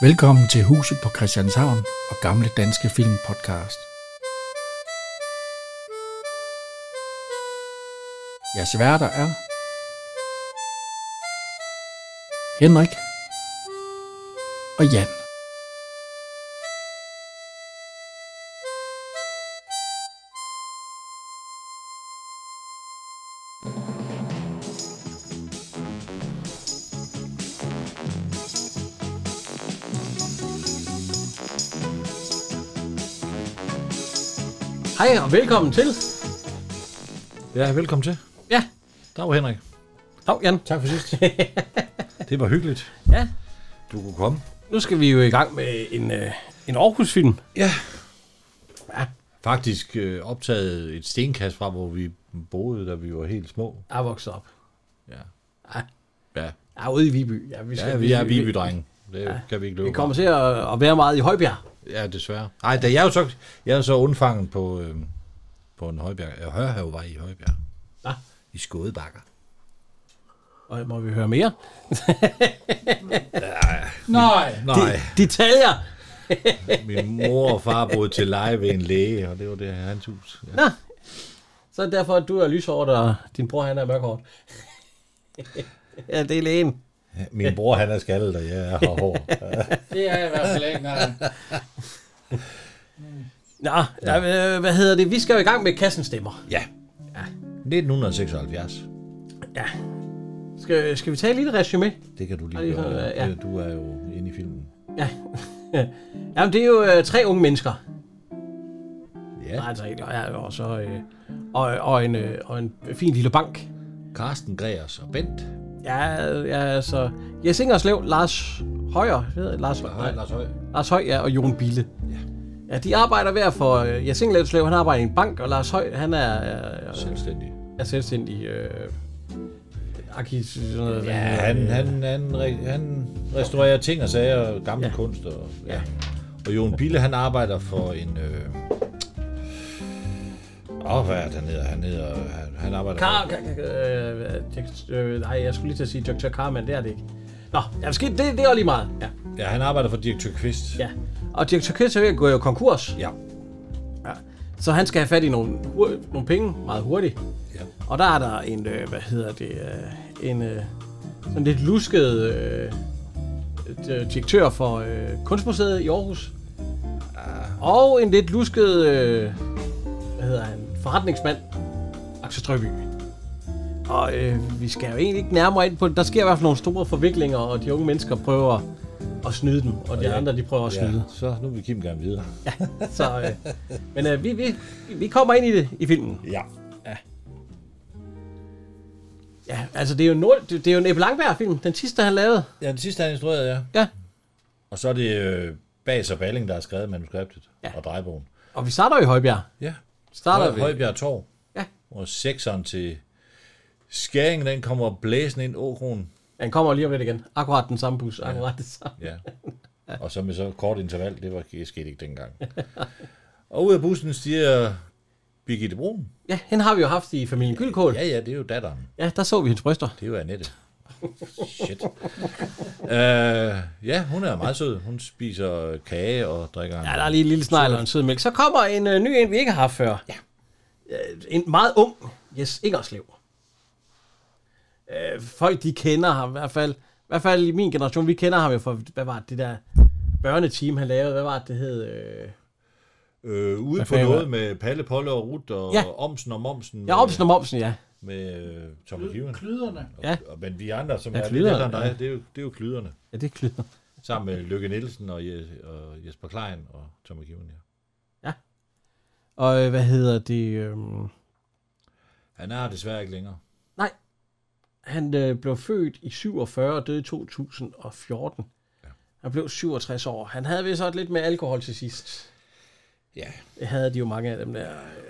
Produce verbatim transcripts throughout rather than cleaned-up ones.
Velkommen til Huset på Christianshavn og Gamle Danske Film Podcast. Jeres værter er Henrik og Jan. Hej og velkommen til. Ja, velkommen til. Ja. Dag Henrik. Dag Jan. Tak for sidst. Det var hyggeligt. Ja. Du kunne komme. Nu skal vi jo i gang med en, øh, en Aarhus-film. Ja. Ja. Faktisk øh, optaget et stenkast fra, hvor vi boede, da vi var helt små. Jeg er vokset op. Ja. Ja. Ja. Jeg er ude i Viby. Ja, vi, skal, Ja, vi er Viby-drenge. Det ja. Kan vi ikke løbe. Vi kommer til at, at være meget i Højbjerg. Ja, desværre. Nej, da jeg er jo så, jeg er så undfanget på, øh, på en Højbjerg. Jeg hører jo var i Højbjerg. Ja. I Skådebakker. Og må vi høre mere? Nej. Nej. De, detaljer. Min mor og far boede til leje ved en læge, og det var det hans hus. Ja. Nå. Så er det derfor, at du er lyshåret, og din bror han er mørkhåret. Ja, det er lægen. Min bror han er skaldet, og jeg er hår. Det er i hvert fald ikke nej. Nå, ja. Hvad hedder det? Vi skal jo i gang med Kassen Stemmer. Ja. Ja. nitten seksoghalvfjerds. Ja. Skal, skal vi tage et lille resume? Det kan du lige lige gøre. ja. Ja. Du er jo inde i filmen. Ja. Jamen, det er jo øh, tre unge mennesker. Ja. Nej, altså, ja, og så øh, og, og, en, øh, og en fin lille bank. Carsten Gregers og Bent. Ja, ja, altså Jes Ingerslev, Lars Højer, ved jeg, Lars Høj, Nej, Lars Høj. Lars Høj, ja, og Jon Bille. Ja. Ja, de arbejder hver for øh, Jes Ingerslev, han arbejder i en bank, og Lars Høj, han er er, Selvstændig. er selvstændig øh, arkiv, sådan noget, Ja, han, han, han, re- han restaurerer ting og sager, gamle Ja. kunst. Og, ja. Ja. Og Jon Bille, han arbejder for en... Øh... Åh, oh, hvad er det, han hedder? Han hedder... Han, han arbejder... Kar, kar, øh, øh, nej, jeg skulle lige til at sige direktør Karmann, det er det ikke. Nå, ja, måske, det, det er jo lige meget. Ja. Ja, han arbejder for direktør Kvist. Ja. Og direktør Kvist er ved at gå konkurs. Ja. Ja. Så han skal have fat i nogle, hur- nogle penge meget hurtigt. Ja. Og der er der en, øh, hvad hedder det, øh, en øh, sådan lidt lusket øh, direktør for øh, Kunstmuseet i Aarhus. Ah. Og en lidt lusket, øh, hvad hedder han, forretningsmand, Axel Strøby. Og øh, vi skal jo egentlig ikke nærmere ind på det. Der sker i hvert fald nogle store forviklinger, og de unge mennesker prøver at snyde dem, og de ja. andre, de prøver at snyde. Ja, så nu vil Kim gerne videre. Ja, så, øh, men øh, vi, vi, vi kommer ind i det i filmen. Ja. Ja, altså det er jo, Nord, det, det er jo en Ebbe Langberg-film, den sidste, han lavede. Ja, den sidste, han instruerede, ja. Ja. Og så er det øh, Bas og Balling, der har skrevet manuskriptet Ja. og drejebogen. Og vi starter jo i Højbjerg. Ja. Starter Høj, vi. Højbjerg Torv. Ja. Og sekseren til skæringen, den kommer blæsende ind åkronen. Han kommer lige om lidt igen. Akkurat den samme bus. Akkurat det samme. Ja. Og så med så kort interval, det var det skete ikke dengang. Og ud af bussen stiger Birgitte Brun. Ja, hende har vi jo haft i familien Gyldkål. Ja, ja, det er jo datteren. Ja, der så vi hendes bryster. Det er jo Annette. Shit. uh, ja, hun er meget sød. Hun spiser kage og drikker en... Ja, der er lige en lille snegl og en sød mælk. Så kommer en uh, ny en, vi ikke har haft før. Ja. Uh, en meget ung Jes Ingerslev. Uh, folk, de kender ham i hvert fald. I hvert fald i min generation, vi kender ham jo for, hvad var det, det der børneteam, han lavede. Hvad var det, det hed? Uh... Øh, ude Hvad på fanden noget var- med Palle, Polle og Rut og Ja. Omsen og Momsen. Ja, Omsen og Momsen, ja. Med øh, Tom og Kiven. Klyderne. Ja. Og, men vi andre, som Ja, er lidt klyderne, ældre end dig, ja. det er jo, det er jo klyderne. Ja, det er klyder. Sammen med Lykke Nielsen og, Je, og Jesper Klein og Tom og Kiven, ja. Og øh, hvad hedder det? Øhm... Han er desværre ikke længere. Nej. Han øh, blev født i syvogfyrre og døde i to tusind og fjorten. Ja. Han blev syvogtres år. Han havde vist også lidt med alkohol til sidst. Ja. Det havde de jo mange af dem der.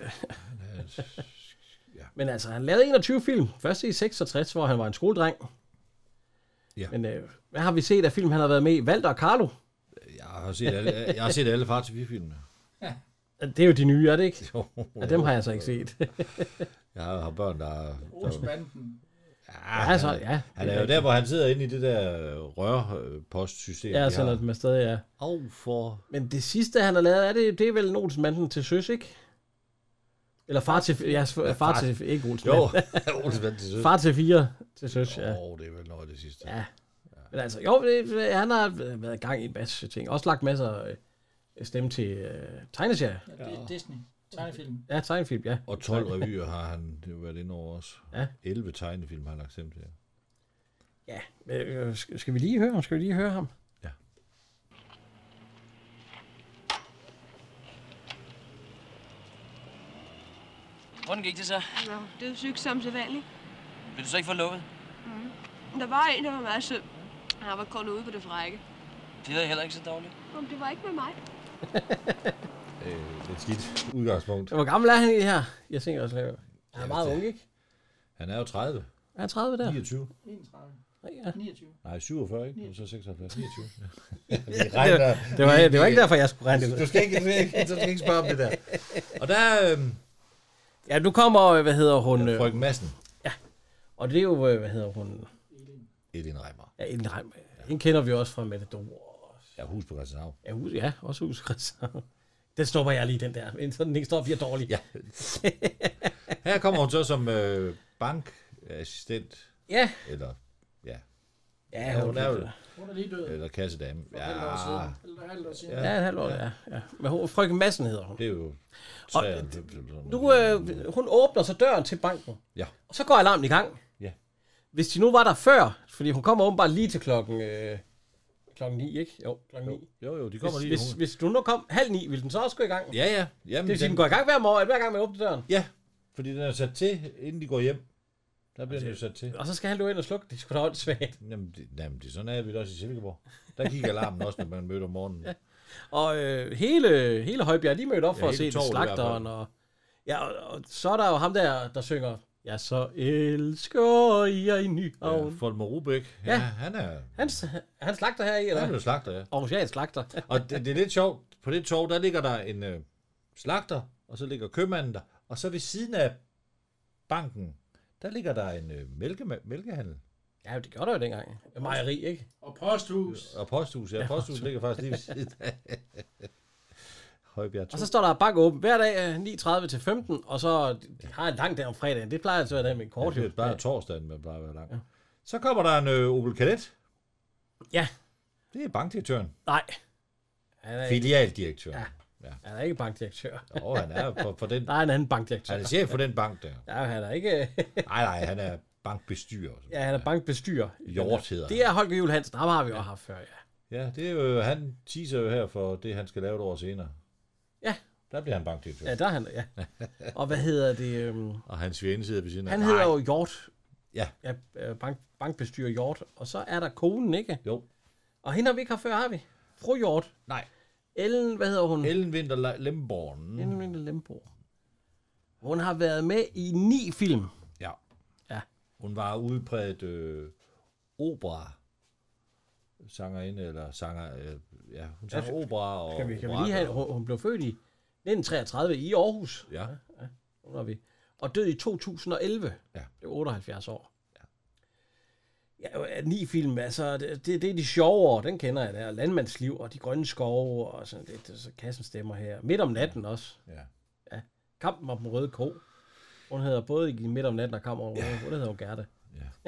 Ja. Men altså, han lavede enogtyve film. Først i seksogtres, hvor han var en skoledreng. Ja. Men øh, hvad har vi set af film, han har været med i? Walter og Carlo. Jeg har set alle, jeg har set alle Far til vi-filmene. Det er jo de nye, er det ikke? Jo. Ja, dem har jeg så ikke set. Jeg har, har børn, der... der Olsenbanden. Ja, ja, så, ja. Han er jo der, hvor han sidder inde i det der rørpostsystem. Ja, sådan noget med stadig, ja. Au for... Men det sidste, han har lavet, er det, det er vel Olsen Manden til søs, ikke? Eller far til... Ja, far, far til... Ikke Olsen Jo, Olsen Manden til søs. Far til fire til søs, ja. Åh, oh, det er vel noget af det sidste. Ja. Men altså, jo, det, han har været i gang i en masse ting. Også lagt masser af stemme til uh, tegneserier. Ja, det er Disney. Tegnefilm. Ja, tegnefilm, ja. Og tolv revyer har han det har været inde over også. Ja. elleve tegnefilm har han lagt stemme til. Ja, øh, skal vi lige høre ham? Skal vi lige høre ham? Ja. Hvordan gik det så? Nå, det er jo sygt som sædvanligt. Vil du så ikke få lukket? Mm. Der var en, der var meget sød. Han var kun ude på det frække. Det er heller ikke så dårligt. Om det var ikke med mig. Øh, det er skidt udgangspunkt. Hvor gammel er han i det her? Jeg tænker også, han er meget ung, ikke? Han er jo tredive. Er han tredive der? niogtyve. enogtredive. Ja. niogtyve. Nej, syvogfyrre, ikke? Nu er så seksoghalvfjerds. niogtyve. det, var, det, var, det var ikke derfor, jeg skulle regne det ud. Du skal ikke, du skal ikke, du skal ikke spørge om det der. Og der... Øh, ja, nu kommer, hvad hedder hun? ja, Frøken Madsen. Ja, og det er jo, hvad hedder hun? Elin Reimer. Ja, Elin Reimer. Ja. Den kender vi også fra Matador. Ja, Hus på Christianshavn. Ja, hus, ja, også Hus på Christianshavn. Den stopper jeg lige, den der. Men så den ikke står fire dårligt. Ja. Her kommer hun så som øh, bankassistent. Ja. Eller, ja. Ja, hun, hun er jo... Hun er lige død. Eller kassedame. Ja. Et halvt år siden. Eller et halvt år siden. Ja, et halvt år, ja. ja. Men hun, Frøken Madsen hedder hun. Det er jo... Og, nu, øh, hun åbner så døren til banken. Ja. Og så går alarmen i gang. Ja. Hvis de nu var der før, fordi hun kommer åbenbart lige til klokken... Øh, klokken ni, ikke? Jo, klokken ni. Jo, jo, de kommer hvis, lige. Hvis, hvis du nu kom halv ni, ville den så også gå i gang? Ja, ja. det Jamen, vil sige, den... den går i gang hver morgen, hver gang man åbner døren? Ja, fordi den er sat til, inden de går hjem. Der bliver den jo sat til. Og så skal han løbe ind og slukke. Det er sgu da åndssvagt. Jamen, det, jamen, det er sådan, er vi også i Silkeborg. Der gik alarmen også, når man mødte om morgenen. Ja. Og øh, hele, hele Højbjerg, de mødte op for ja, at se det, slagteren. Og, ja, og, og så er der jo ham der, der synger, ja, så elsker jeg Nyhavn. Ja, Folmer Rubæk. Ja, ja, han er... Han, han slagter her i, eller? Han er jo slagter, ja. Aarhusiansk slagter. Og det, det er lidt sjovt. På det tog, der ligger der en øh, slagter, og så ligger købmanden der. Og så ved siden af banken, der ligger der en øh, mælke, mælkehandel. Ja, det gør der jo dengang. Mejeri, ikke? Og posthus. Og posthus, ja. Posthus ligger faktisk lige ved siden af. Højbjerg to. Og så står der bank åben hver dag ni tredive til femten, og så de har en lang dag om fredagen. Det plejer altså at være med en kort. Ja, det er bare torsdagen, men bare være lang. Ja. Så kommer der en øh, Opel Kadett. Ja. Det er bankdirektøren. Nej. Han er filialdirektøren. Ja. Ja. Han er ikke bankdirektør. Jo, han er for, for den... Der er en anden bankdirektør. Han er chef for den bank der. Ja, han er ikke... nej, nej, han er bankbestyrer. Ja, han er bankbestyrer. Hjort hedder Det er Holger Juhl Hansen. Ham har vi ja. også haft før, ja. Ja, det er jo... Han teaser jo her for det, han skal lave et år senere. Ja. Der bliver han bankdirektør. Ja, der er han, ja. Og hvad hedder det? Um... Og hans svigerinde sidder ved siden af. Han hedder jo Hjort. Ja. Ja, bank, bankbestyrer Hjort. Og så er der konen, ikke? Jo. Og hende har vi ikke haft før, har vi? Fru Hjort. Nej. Ellen, hvad hedder hun? Ellen Winther Lemborg. Ellen Winther Lemborg. Hun har været med i ni film. Ja. Ja. Hun var udpræget øh, opera sangerinde, eller sanger, øh, ja, hun sang ja, opera og... Kan vi, kan vi lige have, hun, hun blev født i nitten treogtredive i Aarhus. Ja. ja, ja vi. Og død i to tusind og elleve. Ja. Det var otteoghalvfjerds år. Ja, ni film, altså, det, det, det er de sjove år, den kender jeg der. Landmandsliv og De Grønne Skove og sådan lidt, så kassen stemmer her. Midt om natten også. Ja. Ja. Kampen om den røde ko. Hun hedder både i Midt om natten og Kampen om den røde ko. Det hedder hun Gerda. Ja.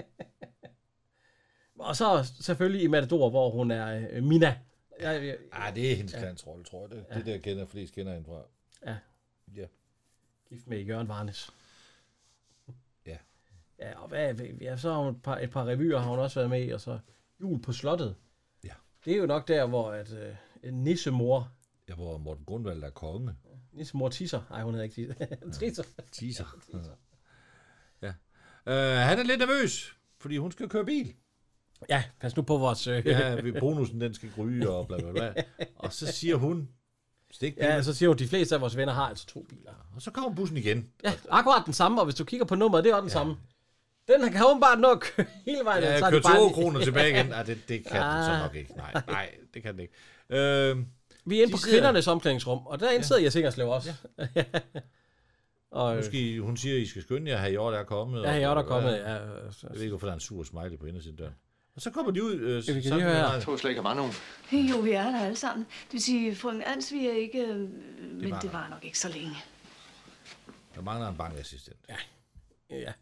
Og så selvfølgelig i Matador, hvor hun er øh, Mina. Ja, ja, ah, det er hendes ja. Glansrolle, tror jeg. Det, ja. det der kender flest kender hende fra. Ja. Ja. Gift med Jørgen Varnes. Ja. Ja, og hvad, ja, så har hun et par, et par revyer, har hun også været med i, og så Jul på Slottet. Ja. Det er jo nok der, hvor at, øh, en nissemor... Ja, hvor Morten Grundvald er konge. Nissemor tisser. Nej, hun hedder ikke tisser. Tisser. Tisser. Ja. Uh, han er lidt nervøs, fordi hun skal køre bil. Ja, pas nu på vores... Øh... ja, bonusen, den skal gryge og bla bla bla. Og så siger hun... Stikpille. Ja, så siger hun, de fleste af vores venner har altså to biler. Og så kommer bussen igen. Ja, akkurat den samme, og hvis du kigger på nummeret, det er også den ja. samme. Den kan åbenbart nå at køre hele vejen. Ja, køre to kroner tilbage igen. Nej, det, det kan ah. den så nok ikke. Nej, nej, det kan den ikke. Øh, Vi er inde på sidder... kvindernes omklædningsrum, og derinde ja. sidder Jes Ingerslev også. Ja. Og, Nu skal I, hun siger, at I skal skynde jer, at Hjort er kommet. ja, Hjort er kommet, ja. Jeg ved ikke, hvorfor der er en sur smiley på indersiden døren. Og så kommer de ud. Øh, Ja, vi kan lige høre her. Jeg tror slet ikke, at mange nogen. Jo, vi er der alle sammen. Det vil sige, fru Ans, vi er ikke... Øh, men var det der. var nok ikke så længe. Der mangler en bankassistent. Ja. Ja.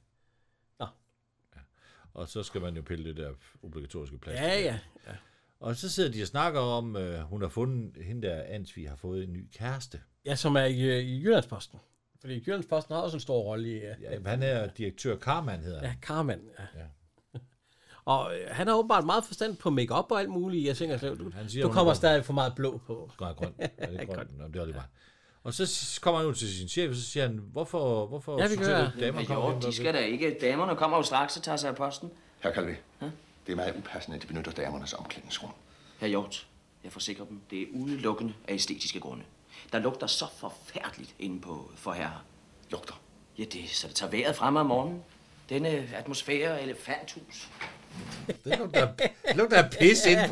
Og så skal man jo pille det der obligatoriske plads. Ja, ja. ja. Og så sidder de og snakker om, øh, hun har fundet, hende der Ansvi har fået en ny kæreste. Ja, som er i, i Jyllandsposten. Fordi Jyllandsposten har også en stor rolle i... Ja, Ja, han er direktør Karman, hedder han. ja Karman, ja. Ja. Og øh, han har åbenbart meget forstand på make-up og alt muligt. Jeg tænker, du, Han siger, du hun kommer er- stadig for meget blå på. Grøn, grøn. Ja, det er grøn. Nå, det er lige meget. Og så s- kommer han ud til sin chef, og så siger han, hvorfor, hvorfor Ja, vi synes kan jeg, høre. at damer kommer Jo, de skal da ikke. Damerne kommer jo straks og tager sig af posten. Herr Calvi, det er meget upassende, at de benytter damernes omklædningsrum. Herr Hjort, jeg forsikrer dem, det er udelukkende af æstetiske grunde. Der lugter så forfærdeligt inde på for herrer. Lugter. Ja, det, så det tager vejret frem om morgenen. Denne atmosfære elefanthus. Det lugter, det lugter af pis ind.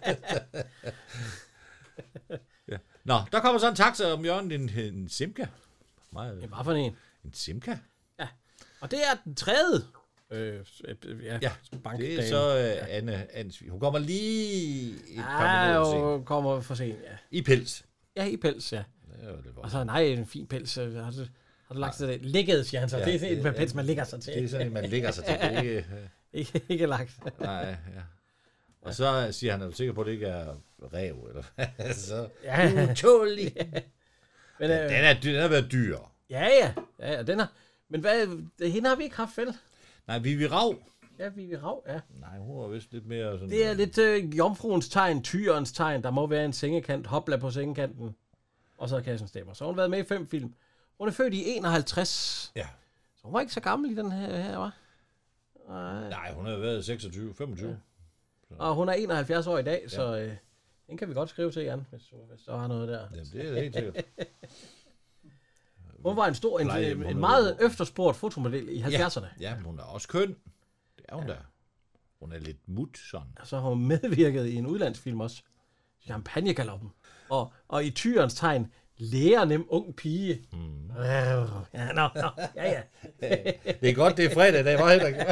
Ja. Nå, der kommer så en taxa om hjørnet, en, en Simca. Meget, Det var for en. en Simca? Og det er den tredje. Øh, øh, ja, Ja, bankdame. det er så uh, Anne Ansvi. Hun kommer lige et par Ja, minutter sent. jo, kommer for sent, ja. I pels. Ja, i pels, ja. Det er jo lidt Og voldsomt. så, nej, en fin pels. øh, Har du, har du lagt sig det? Ligget, siger han så. Ja, Det er sådan en ja, pels, man ligger sig til. Det er sådan, at man ligger sig til. Det er ikke, øh, Ikke, ikke lagt. nej, ja. Og så siger han, er du sikker på, at det ikke er ræv? Eller hvad? Så, Ja. utålig. Men, øh, Den er, den har været dyr. ja, ja. Ja, ja, den har... Men hvad, hende har vi ikke haft, vel? Nej, Vivi Rav. Ja, vi er rav, ja. Nej, hun var vist lidt mere sådan... Det er lidt øh, jomfruens tegn, tyrens tegn. Der må være en sengekant, hopla på sengekanten. Og så er kassen stemmer. Så har hun været med i fem film. Hun er født i enoghalvtreds. Ja. Så hun var ikke så gammel i den her, her var. Nej. Nej, hun har været seksogtyve, femogtyve. Og hun er enoghalvfjerds år i dag, så øh, den kan vi godt skrive til, Jan, hvis, hvis der har noget der. Jamen, det er helt sikkert. Hun var en stor, en, Plejehjem, en, hun en er- meget efterspurgt fotomodel i halvfjerdserne. Ja, men hun er også køn. Det er hun ja. der. Hun er lidt mut, sådan. Og så har hun medvirket i en udlandsfilm også. Champagnegaloppen. Og, og i tyrens tegn, lærer nem ung pige. Mm. Ja, nå, nå, ja, ja. Det er godt, det er fredag i dag, var Henrik?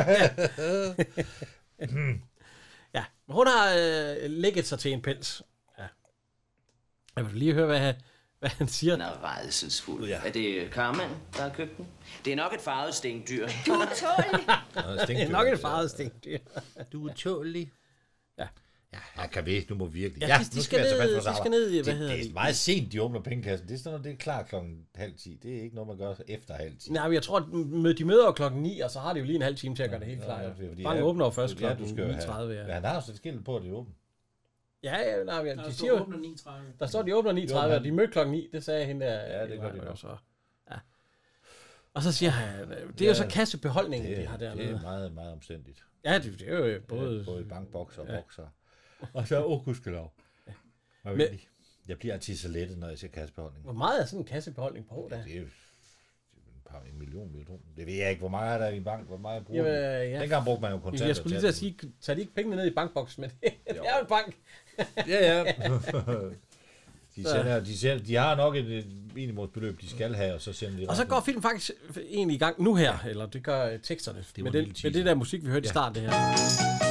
Ja, men hun har øh, lægget sig til en pels. Ja. Jeg vil lige høre, hvad han, hvad han siger. Den er redselsfuld. Ja. Er det Karman, der har købt den? Det er nok et farvet stinkdyr. Du er tålig. Det er nok et farvet stinkdyr. Du er tålig. Ja. Ja, jeg kan ved, du må virkelig. Ja, de- de nu skal vi altså ned- fast på de vores skal ned i, arbejde. hvad det, hedder det det? er meget sent, de åbner pengekassen. Det er sådan noget, det er klar klokken halv ti. Det er ikke noget, man gør efter halv ti. Nej, men jeg tror, at mø- de møder jo klokken ni, og så har de jo lige en halv time til at gøre det helt Ja, klart. ja, Ja, fordi Banken jeg- åbner jo først Ja, klokken du skal jo ni have- tredive. Ja, Ja, han har jo sat skilt på, at det er åbent. ja, ja nej, men Der de står siger jo, åbner ni tredive. der står, de åbner ni tredive, Jo, og de mødte klokken ni. Det sagde hende der. Ja, det gør de jo nok. så. Ja. Og så siger han, øh, det er jo Ja, så kassebeholdningen, Det, de har det er dernede. meget, meget omstændigt. Ja, det, det er jo både... Både bankbokser og bokser. Og så, åh, gudskelov. Og Men- Jeg bliver altid så lettet, når jeg ser kassebeholdning. Hvor meget er sådan en kassebeholdning på, da? Det er jo det er en, par, en million, vil jeg tro. Det ved jeg ikke, hvor meget er der i en bank, hvor meget bruger Jamen, Jamen, ja. Dengang brugte man jo kontanter. Jeg skulle lige til at sige, tager de ikke pengene ned i bankboksen, men det er jo en bank. Ja, ja. de, sender, de, sender, de har nok et, et minimumsbeløb, de skal have, og så sender de Og så resten. går filmen faktisk egentlig i gang nu her, ja. Eller det gør øh, teksterne, var med, en den, lille teaser. med det der musik, vi hørte ja. i starten det her.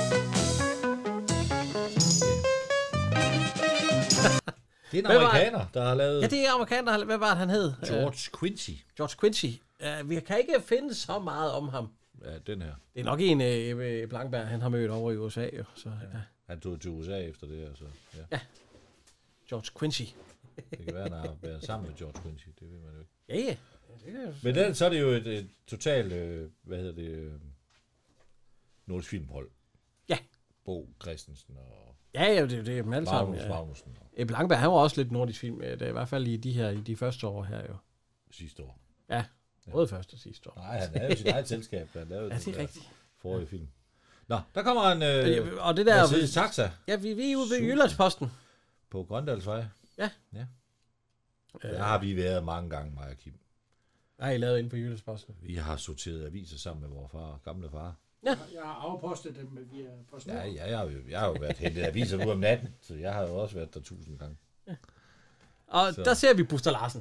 Det er en Hvad var- amerikaner, der har lavet Ja, det er amerikaner, hvad var det, han hed? George Quincy. George Quincy. Uh, vi kan ikke finde så meget om ham. Ja, den her. Det er nok en, uh, Blankberg, han har mødt over i U S A. Jo, så, ja. Han tog til U S A efter det her, så ja. George Quincy. Det kan være, han har været sammen med George Quincy, det ved man jo ikke. Ja, ja. Det kan jeg- Men den, så er det jo et, et totalt, øh, hvad hedder det, øh, nordisk filmhold. Ja. Bo Christensen og Ja, ja, det, det er dem alle sammen. Magnus Ja. Magnussen og Ebbe Langberg, han var også lidt nordisk film. Det er i hvert fald i de her, i de første år her jo. sidste år. Ja, både første og sidste år. Nej, han er jo sit eget selskab, der lavede Ja, det den er der rigtigt. forrige film. Nå, der kommer en øh, Ja, og det der... Mercedes Taxa Ja, vi, vi er ude ved Super. Jyllandsposten. på Grøndalsvej. Ja. ja. Øh. Der har vi været mange gange, mig og Kim. Nej, I lavet inde på Jyllandsposten. Vi har sorteret aviser sammen med vores far, gamle far. Jeg har afpostet dem via PostNord. Ja, ja jeg, har jo, jeg har jo været hentet aviser ud om natten, så jeg har jo også været der tusind gange. Og Så. der ser vi Buster Larsen. Ja.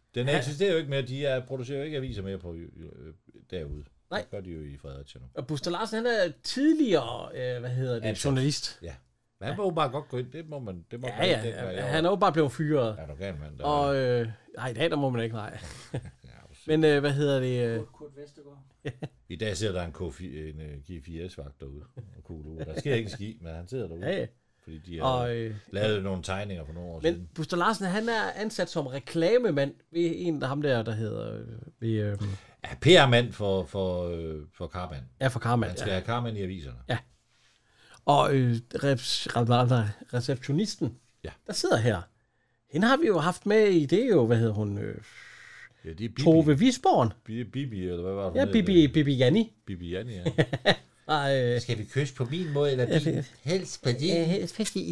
Den eksisterer jo ikke mere. De er, producerer jo ikke aviser mere på øh, derude. Nej. Det gør de jo i Fredericia nu. Og Buster Larsen, han er tidligere, øh, hvad hedder det, Ansat. journalist. Ja. Men han må jo bare godt gå ind. Det må man. Det må Ja, man ja, ikke, ja. Han er jo bare blevet fyret. Ja, du kan, mand. Og, øh, nej, i dag der må man ikke, nej. Men øh, hvad hedder det? Øh... Kurt Vestergaard. I dag sidder der en, K fire, en uh, G fire S-vagt derude. Og der sker ikke ski, men han sidder derude. Ja, ja. Fordi de har og, øh, lavet nogle tegninger for nogle år men siden. Men Buster Larsen, han er ansat som reklamemand ved en af ham der, der hedder... Øh, ved, øh, Ja, P R-mand for, for, øh, for Carman. Ja, for Carman. Han skal ja. have Carman i aviserne. Ja. Og øh, receptionisten, ja. der sidder her, hende har vi jo haft med i, det er jo, hvad hedder hun? Øh, ja, det er Bibi. Tove Wisborn. Bibi, eller hvad var det? Ja, Bibi, Bibi Janni. Bibi Janni, ja. Og, øh, skal vi kysse på min måde, eller din? Helst på din. Helst på din.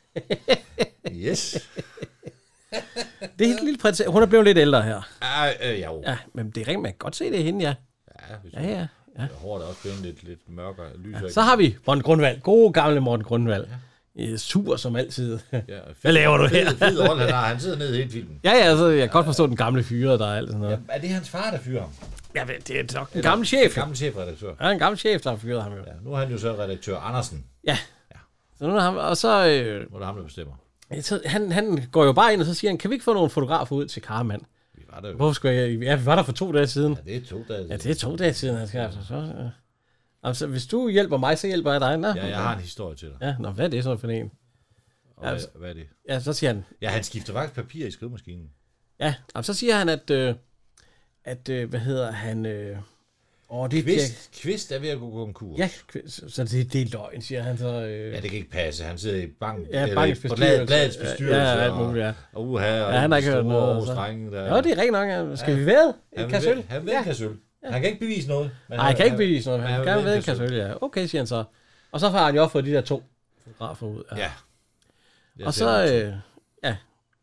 Yes. Det er et lille prins. Hun er blevet lidt ældre her. Ah, øh, jo. Ja, men det er rent, man kan godt se det er hende, ja. Ja, ja, ja. ja. Håret er også blevet lidt, lidt mørkere. Lysere. Ja, så har vi Morten Grundvald. God gamle Morten Grundvald. Ja. Sur som altid. Ja, hvad laver du her? Fed, fed rolle, han har. Han sidder nede i hele filmen. Ja, ja, altså, jeg kan godt forstå den gamle fyre, der er alt sådan noget. Ja, er det hans far, der fyrer ham? Ja, men det er nok en gammel chef. En gammel chefredaktør. Ja, en gammel chef, der har fyret ham jo. Ja, nu er han jo så redaktør Andersen. Ja. ja. Så nu er ham, og så... Øh, nu er det ham, der bestemmer. Så han, han går jo bare ind, og så siger han, kan vi ikke få nogle fotografer ud til Carman? Vi var der jo. Hvorfor skulle jeg... Ja, vi var der for to dage siden. Ja, det er to dage siden. Ja, det er to dage siden, han skal altså. Så, ja. Altså, hvis du hjælper mig, så hjælper jeg dig. Nå? Ja, jeg har en historie til dig. Ja, nå, hvad er det så for en? Og altså, hvad, hvad er det? Ja, så siger han... Ja, han skifter faktisk papir i skrivemaskinen. Ja, og så siger han, at... Øh, at, øh, hvad hedder han... Øh, åh, det Kvist, Kvist er ved at gå konkurs. Ja, så det, det er løgn, siger han så. Øh... Ja, det kan ikke passe. Han sidder i bank, ja, bankens bestyrelse. Bladets bestyrelse. Ja, ja, alt muligt, ja. Og uha, og ja, han har ikke hørt noget. Strenge, der... Ja, det er rigtig nok. Ja. Skal ja. vi væde? Han kan vil, han vil ja. Kassøl. Ja. Han kan ikke bevise noget. Nej, han kan ikke bevise noget. Han, han kan væde Kassøl, ja. Okay, siger han så. Og så har han jo også fået de der to fotografer ud. Ja. ja. Og så... Øh, ja.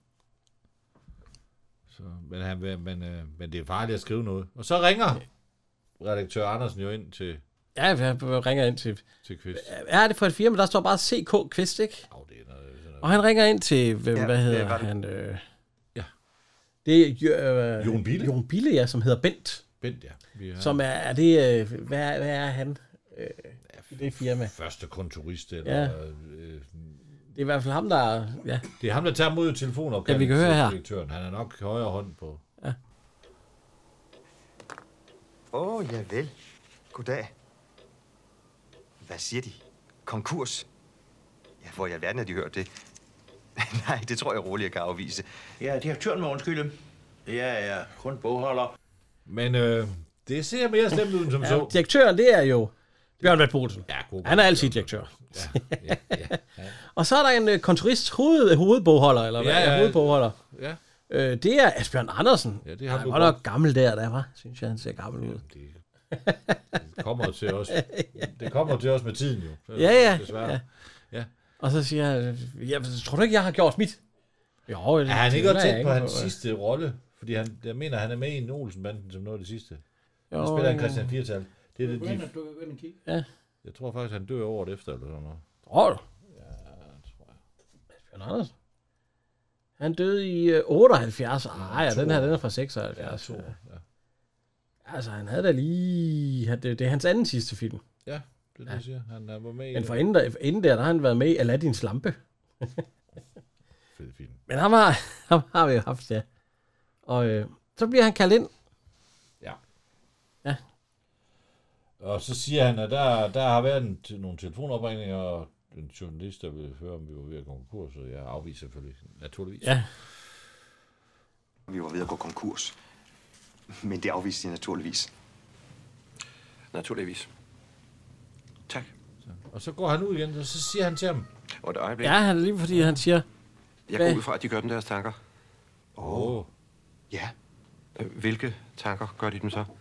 Så, men, han, men, øh, men det er farligt at skrive noget. Og så ringer redaktør Andersen jo ind til... Ja, jeg ringer ind til... Til Kvist. Ja, det er for et firma, der står bare C K Kvist, ikke? Jo, det er noget, noget. Og han ringer ind til, hvem, ja, hvad hedder han? Øh, ja. Det er øh, Jon Bille. Jon Bille, ja, som hedder Bent. Bent, ja. Vi har... Som er, er det... Øh, hvad, hvad er han? Øh, i det firma. Første kontorist, eller... Ja. Øh, det er i hvert fald ham, der... Ja. Det er ham, der tager mod telefonopkaldet. Ja, vi kan høre her. Direktøren. Han er nok højre hånd på... Ja. Åh, oh, ja vel. Goddag. Hvad siger de? Konkurs? Ja, hvor i alverden har de hørt det? Nej, det tror jeg roligt, jeg kan afvise. Ja, direktøren må undskylde. Jeg er kun bogholder. Men øh, det ser mere slemt ud, som ja, så. Direktøren, det er jo Bjørn Vald Poulsen. Ja, god, han er altid direktør. Ja, ja, ja, ja. Og så er der en uh, kontorist hoved, hovedbogholder, eller hvad? Ja, ja, ja, hovedbogholder. Ja. Øh, det er Asbjørn Andersen. Ja, det har han var nok gammel der, der var. Synes jeg, han ser gammel ud. Ja, det, det kommer til os. Det kommer til os med tiden, jo. Ja, ja. ja. ja. Og så siger jeg, jeg tror du ikke, jeg har gjort mit? Jo, er han ikke også tæt på hans på, sidste rolle? Fordi han, jeg mener, han er med i en Olsen-banden som noget af det sidste. Jo, han spiller en Christian Firtal. Det er det, de... Du kan gå ind og kigge. Ja. Jeg tror faktisk, han dør året efter, eller sådan noget. Tror du? Ja, tror jeg. Asbjørn Andersen? Han døde i uh, otteoghalvfjerds. Ej, ja, den her, den er fra seksoghalvfjerds. Ja, to, ja. Altså, han havde da lige... Det, det er hans anden sidste film. Ja, det er det, jeg siger. Han var med i... Men for inden der, inden der, der har han været med i Aladdins lampe. Fed film. Men ham har, ham har vi jo haft, ja. Og øh, så bliver han kaldt ind. Ja. Ja. Og så siger han, at der, der har været en, nogle telefonopringninger, og en journalist, der vil høre, om vi var ved at gå konkurs, og jeg afviser selvfølgelig, naturligvis. Ja. Vi var ved at gå konkurs. Men det afviste de naturligvis. Naturligvis. Tak. Så. Og så går han ud igen, og så siger han til ham. Og et øjeblik. Ja, han er lige fordi han siger... Jeg går ud fra, at de gør dem deres tanker. Åh. Oh. Ja. Hvilke tanker gør de dem så?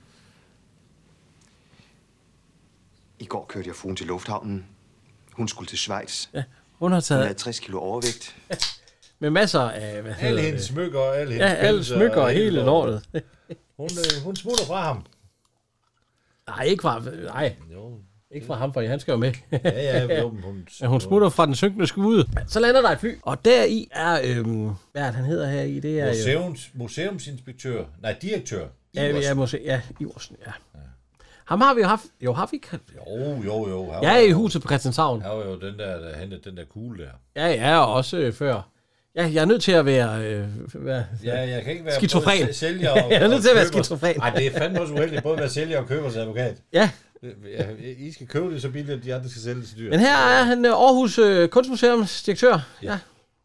I går kørte jeg fruen til lufthavnen. Hun skulle til Schweiz. Ja, hun har taget... Hun havde tres kilo overvægt. Med masser af... Hvad alle hendes smykker og alle hendes Ja, alle smykker og hele lortet. hun, øh, hun smutter fra ham. Nej, ikke fra... Nej. Jo. Ikke fra ham, for han skal jo med. ja, ja, jo, hun, ja, hun smutter fra den synkende skude. Så lander der et fly, og deri er, øhm, hvad er det, han hedder her i? Det er Museums, museumsinspektør, nej, direktør. Ja, ja, muse, ja, Iversen, ja. ja. Ham har vi jo haft, jo, har vi ikke? Jo, jo, jo. Ja, i huset på Christianshavn. Ja, jo, den der, der hentede den der kugle der. Ja, ja, og også øh, før. Ja, jeg er nødt til at være... Øh, være ja, jeg kan ikke være skizofren. Sælger og, jeg er nødt til at være køber. skizofren. Nej, det er fandme også uheldigt, både at være sælger og købers advokat. Ja. I skal købe det så billigt, at de andre skal sælge det så dyrt. Men her er han Aarhus øh, Kunstmuseums direktør. Ja. ja.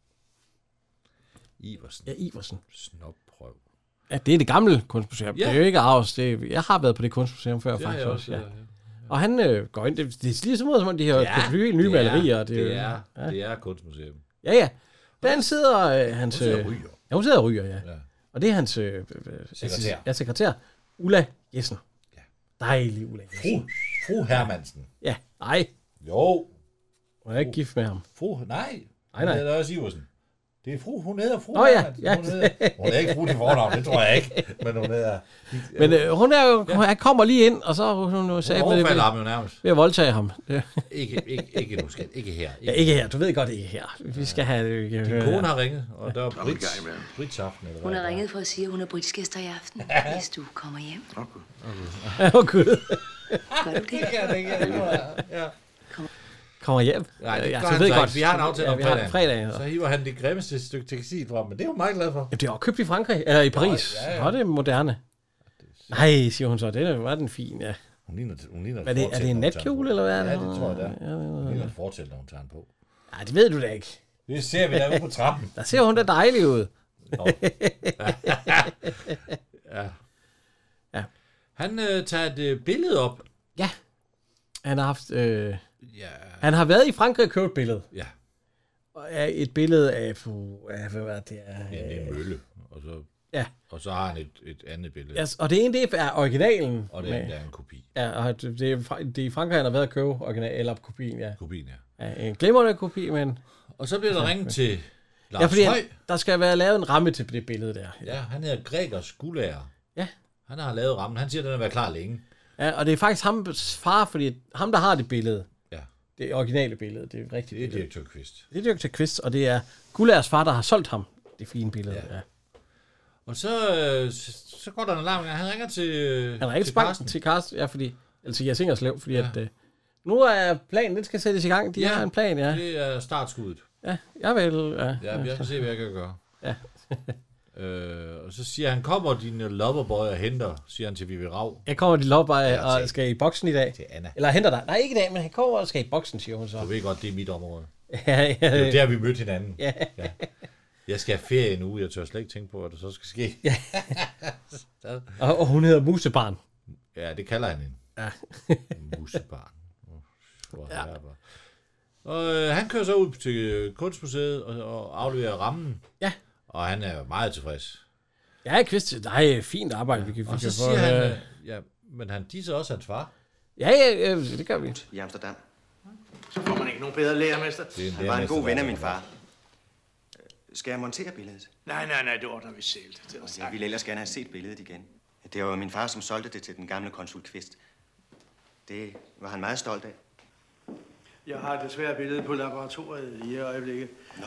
Iversen. Ja, Iversen. Snopprøv. Ja, det er det gamle kunstmuseum. Ja. Det er jo ikke Aarhus. Det er, jeg har været på det kunstmuseum før, ja, faktisk også. også. Ja. Ja, ja. Og han øh, går ind. Det, det er lige så meget som om de her ja, nye det malerier. Er, det, det, er, ja. det er kunstmuseum. Ja, ja. Den sidder øh, hans... Hun sidder og ryger. Ja, hun sidder og ryger, ja. ja. Og det er hans... Øh, sekretær. Ja, sekretær. Ulla Jessen. Ja. Dejlig Ulla Jessen. Fru, fru Hermansen. Ja, nej. Jo. Hun er ikke gift med ham. Fru, nej. Nej, nej. Det er også Iversen. Det er fru, hun hedder fru Nå, ja, Hermansen. ja. Hun, hedder, hun er ikke fru til fornavn, det tror jeg ikke. Men hun hedder... Men øh, hun er jo... Ja. Han kommer lige ind, og så hun, hun, hun sagde... Hun overfalder ham jo nærmest. Ved at voldtage ham. Ja. ikke, ikke, ikke nu skal ikke her. Ikke. Ja, ikke her. Du ved godt, ikke her. Vi skal have... Øh, Din kone her. har ringet, og der er Brits, Brits aften. Eller hun har ringet for at sige, at hun er britsgæster i aften, hvis du kommer hjem. Åh, Gud. Åh, Gud. Gør du det? Det kan jeg ikke. Ja. Kommer hjem. Nej, det ja, så ved godt. Vi har en aftale ja, om fredagen. fredagen. Så hiver han det grimmeste stykke tekstil frem, men det er hun meget glad for. Jamen, det er jo købt i Frankrig, eller i Paris. Ja, ja, ja. Nå, det er moderne. Nej, siger hun så. Det var den fin, ja. Hun ligner, hun ligner er, det, er det en natkjole, eller hvad? Ja, det tror jeg, det er. Ja, hun ligner et fortæl, når hun tager den på. Nej, det ved du da ikke. Det ser vi derude på trappen. Der ser hun da dejlig ud. ja. ja. Han øh, tager et øh, billede op. Ja. Han har haft... Øh, ja. Han har været i Frankrig og købt et billede. Ja. Og er et billede af... af hvad var det? Er, ja, det er en mølle. Og så, ja. og så har han et, et andet billede. Ja, og det ene, det er originalen. Og det andet er en kopi. Ja, og det er, det er i Frankrig, han har været at købe original, eller kopien, ja. Kopien, ja. Ja, en glimrende kopi, men... Og så bliver der ringet til Lars ja, fordi Høj. Han, der skal være lavet en ramme til det billede der. Ja, han hedder Gregers Gullager. Ja. Han har lavet rammen. Han siger, at den har været klar længe. Ja, og det er faktisk hans far, fordi ham, der har det billede. Ja. Det originale billede, det er rigtigt. Det er direktør Kvist. Det er direktør Kvist, og det er Gullagers far, der har solgt ham det fine billede. Ja. Ja. Og så, så går der en alarm. Han ringer til Han ringer til Carsten. til Carsten, ja, fordi, eller til Jes Ingerslev, fordi ja. at, uh, nu er planen, den skal sættes i gang. De ja, har en plan, ja. Det er startskuddet. Ja, jeg vil. Ja, ja, jeg skal se, hvad jeg kan gøre. Ja. øh, og så siger han, kommer din loverboy og henter, siger han til Vivi Rav. Jeg kommer din loverboy ja, og skal i boksen i dag. Til Anna. Eller henter dig. Nej, ikke i dag, men han kommer og skal i boksen, siger hun så. Du ved godt, det er mit område. ja, ja. Det er der, vi mødte hinanden. Ja. ja. Jeg skal have ferie en uge, jeg tør slet ikke tænke på, hvad der så skal ske. Ja. og, og hun hedder Musebarn. Ja, det kalder han hende. Ja. Musebarn. Oh, ja. Og øh, han kører så ud til øh, Kunstmuseet og, og afleverer rammen. Ja. Og han er meget tilfreds. Ja, Kvist, det er fint arbejde, vi kan få. Og så siger han, øh, ja, men han disser også hans far. Ja, ja, ja, det gør vi. I Amsterdam. Så får man ikke nogen bedre lærermester. Han var en god ven af min far. Skal jeg montere billedet? Nej, nej, nej, det ordner vi selv. Det er jeg ville ellers gerne have set billedet igen. Det var min far, som solgte det til den gamle konsul Kvist. Det var han meget stolt af. Jeg har desværre billedet på laboratoriet i øjeblikket. Nå?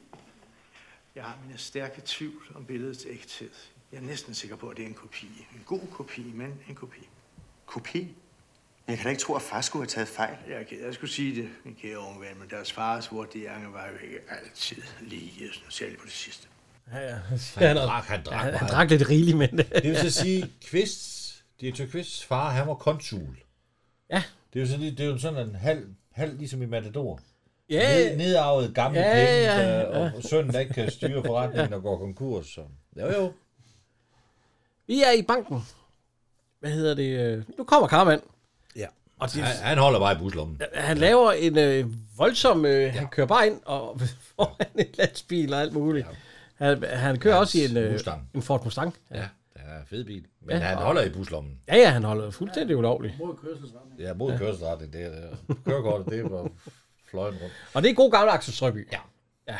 Jeg har mine stærke tvivl om billedets ægthed. Jeg er næsten sikker på, at det er en kopi. En god kopi, men en kopi. Kopi? Jeg kan da ikke tro, at far skulle have taget fejl. Jeg er ked, jeg skulle sige det, min kære unge ven, men deres fars vurderinger var jo ikke altid lige, særligt på det sidste. Ja, ja. Han drak, han drak, han, han drak lidt rigeligt, men... det vil så sige, Kvist, direktør Kvists far, han var konsul. Ja. Det er jo sådan, det er jo sådan en halv, halv ligesom i Matador. Ja. Ned, nedarvet gamle ja, penge, ja, ja. Der, og, og sønnen, der ikke kan styre forretningen og går konkurs. Så. Jo, jo. Vi er i banken. Hvad hedder det? Nu kommer Karmand. Ja. Og det, han, han holder bare i buslommen. Han laver en øh, voldsom... Øh, ja. Han kører bare ind og foran en lastbil og alt muligt. Ja. Han, han kører ja, også i en, øh, en Ford Mustang. Ja, ja, det er en fed bil. Men ja, han holder i buslommen. Ja, ja, han holder fuldstændig ulovligt. Mod kørselsretning. Ja, mod ja. kørselsretning. Det er kørekortet, det var fløjen rundt. Og det er god gammel Axel Strøby. Ja.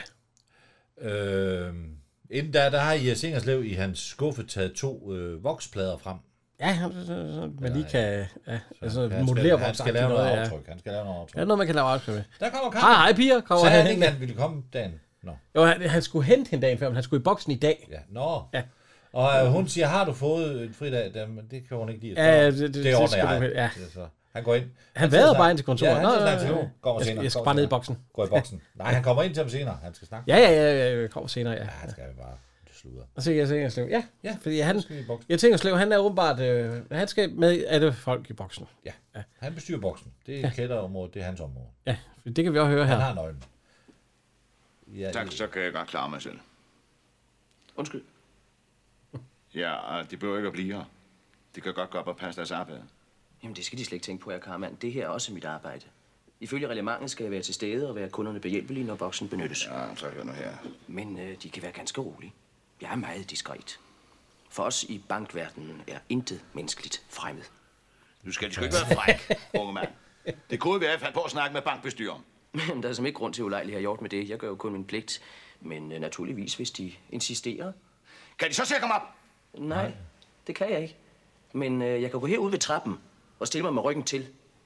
Ja. Øh, inden der, der har Jes Ingerslev i hans skuffe taget to øh, voksplader frem. Ja, man lige kan ja, altså, han modellere skal, han skal lave noget aftryk. Han skal lave noget aftryk. Ja, noget, man kan lave aftryk med. Der kommer Carmen. Hej, hej piger. Kommer så han ikke, han ville komme dagen? Nå. Jo, han, han skulle hente hende dagen før, men han skulle i boksen i dag. Ja, nå. Ja. Og øh, hun siger, har du fået en fridag? Det, men det kan hun ikke lide. Ja, det, det, det ordner jeg. Du, ja. Så han går ind. Han vader bare ind til kontoret. Ja, han skal snakke til nu. Kommer jeg, senere. Jeg skal bare ned i boksen. Går i boksen. Nej, han kommer ind til ham senere. Han skal snakke. Ja, ja, ja, jeg kommer senere, ja. Ja, han skal bare sluder. Og så jeg tænker Slev. Ja, ja, fordi han, jeg tænker Slev, han er åbenbart, øh, han skal med alle folk i boksen. Ja, ja. Han bestyrer boksen. Det er ja. Kælderområdet, det er hans område. Ja, det kan vi også høre her. Han har nøglen. Ja, tak, så kan jeg godt klare mig selv. Undskyld. Ja, de behøver ikke at blive her. De kan godt gå op og passe deres arbejde. Jamen, det skal de slet ikke tænke på, herr Karmann. Det her er også mit arbejde. Ifølge reglementet skal jeg være til stede og være kunderne behjælpelige, når boksen benyttes. Ja, så hør nu her. Men øh, de kan være ganske rolige. Jeg er meget diskret. For os i bankverdenen er intet menneskeligt fremmed. Du skal de sgu ikke være fræk, unge mand. Det kunne være, at jeg fandt på at snakke med bankbestyreren. Men der er simpelthen ikke grund til at ulejligt have gjort med det. Jeg gør jo kun min pligt. Men øh, naturligvis, hvis de insisterer. Kan de så se at komme op? Nej, Nej, det kan jeg ikke. Men øh, jeg kan gå herud ved trappen og stille mig med ryggen til.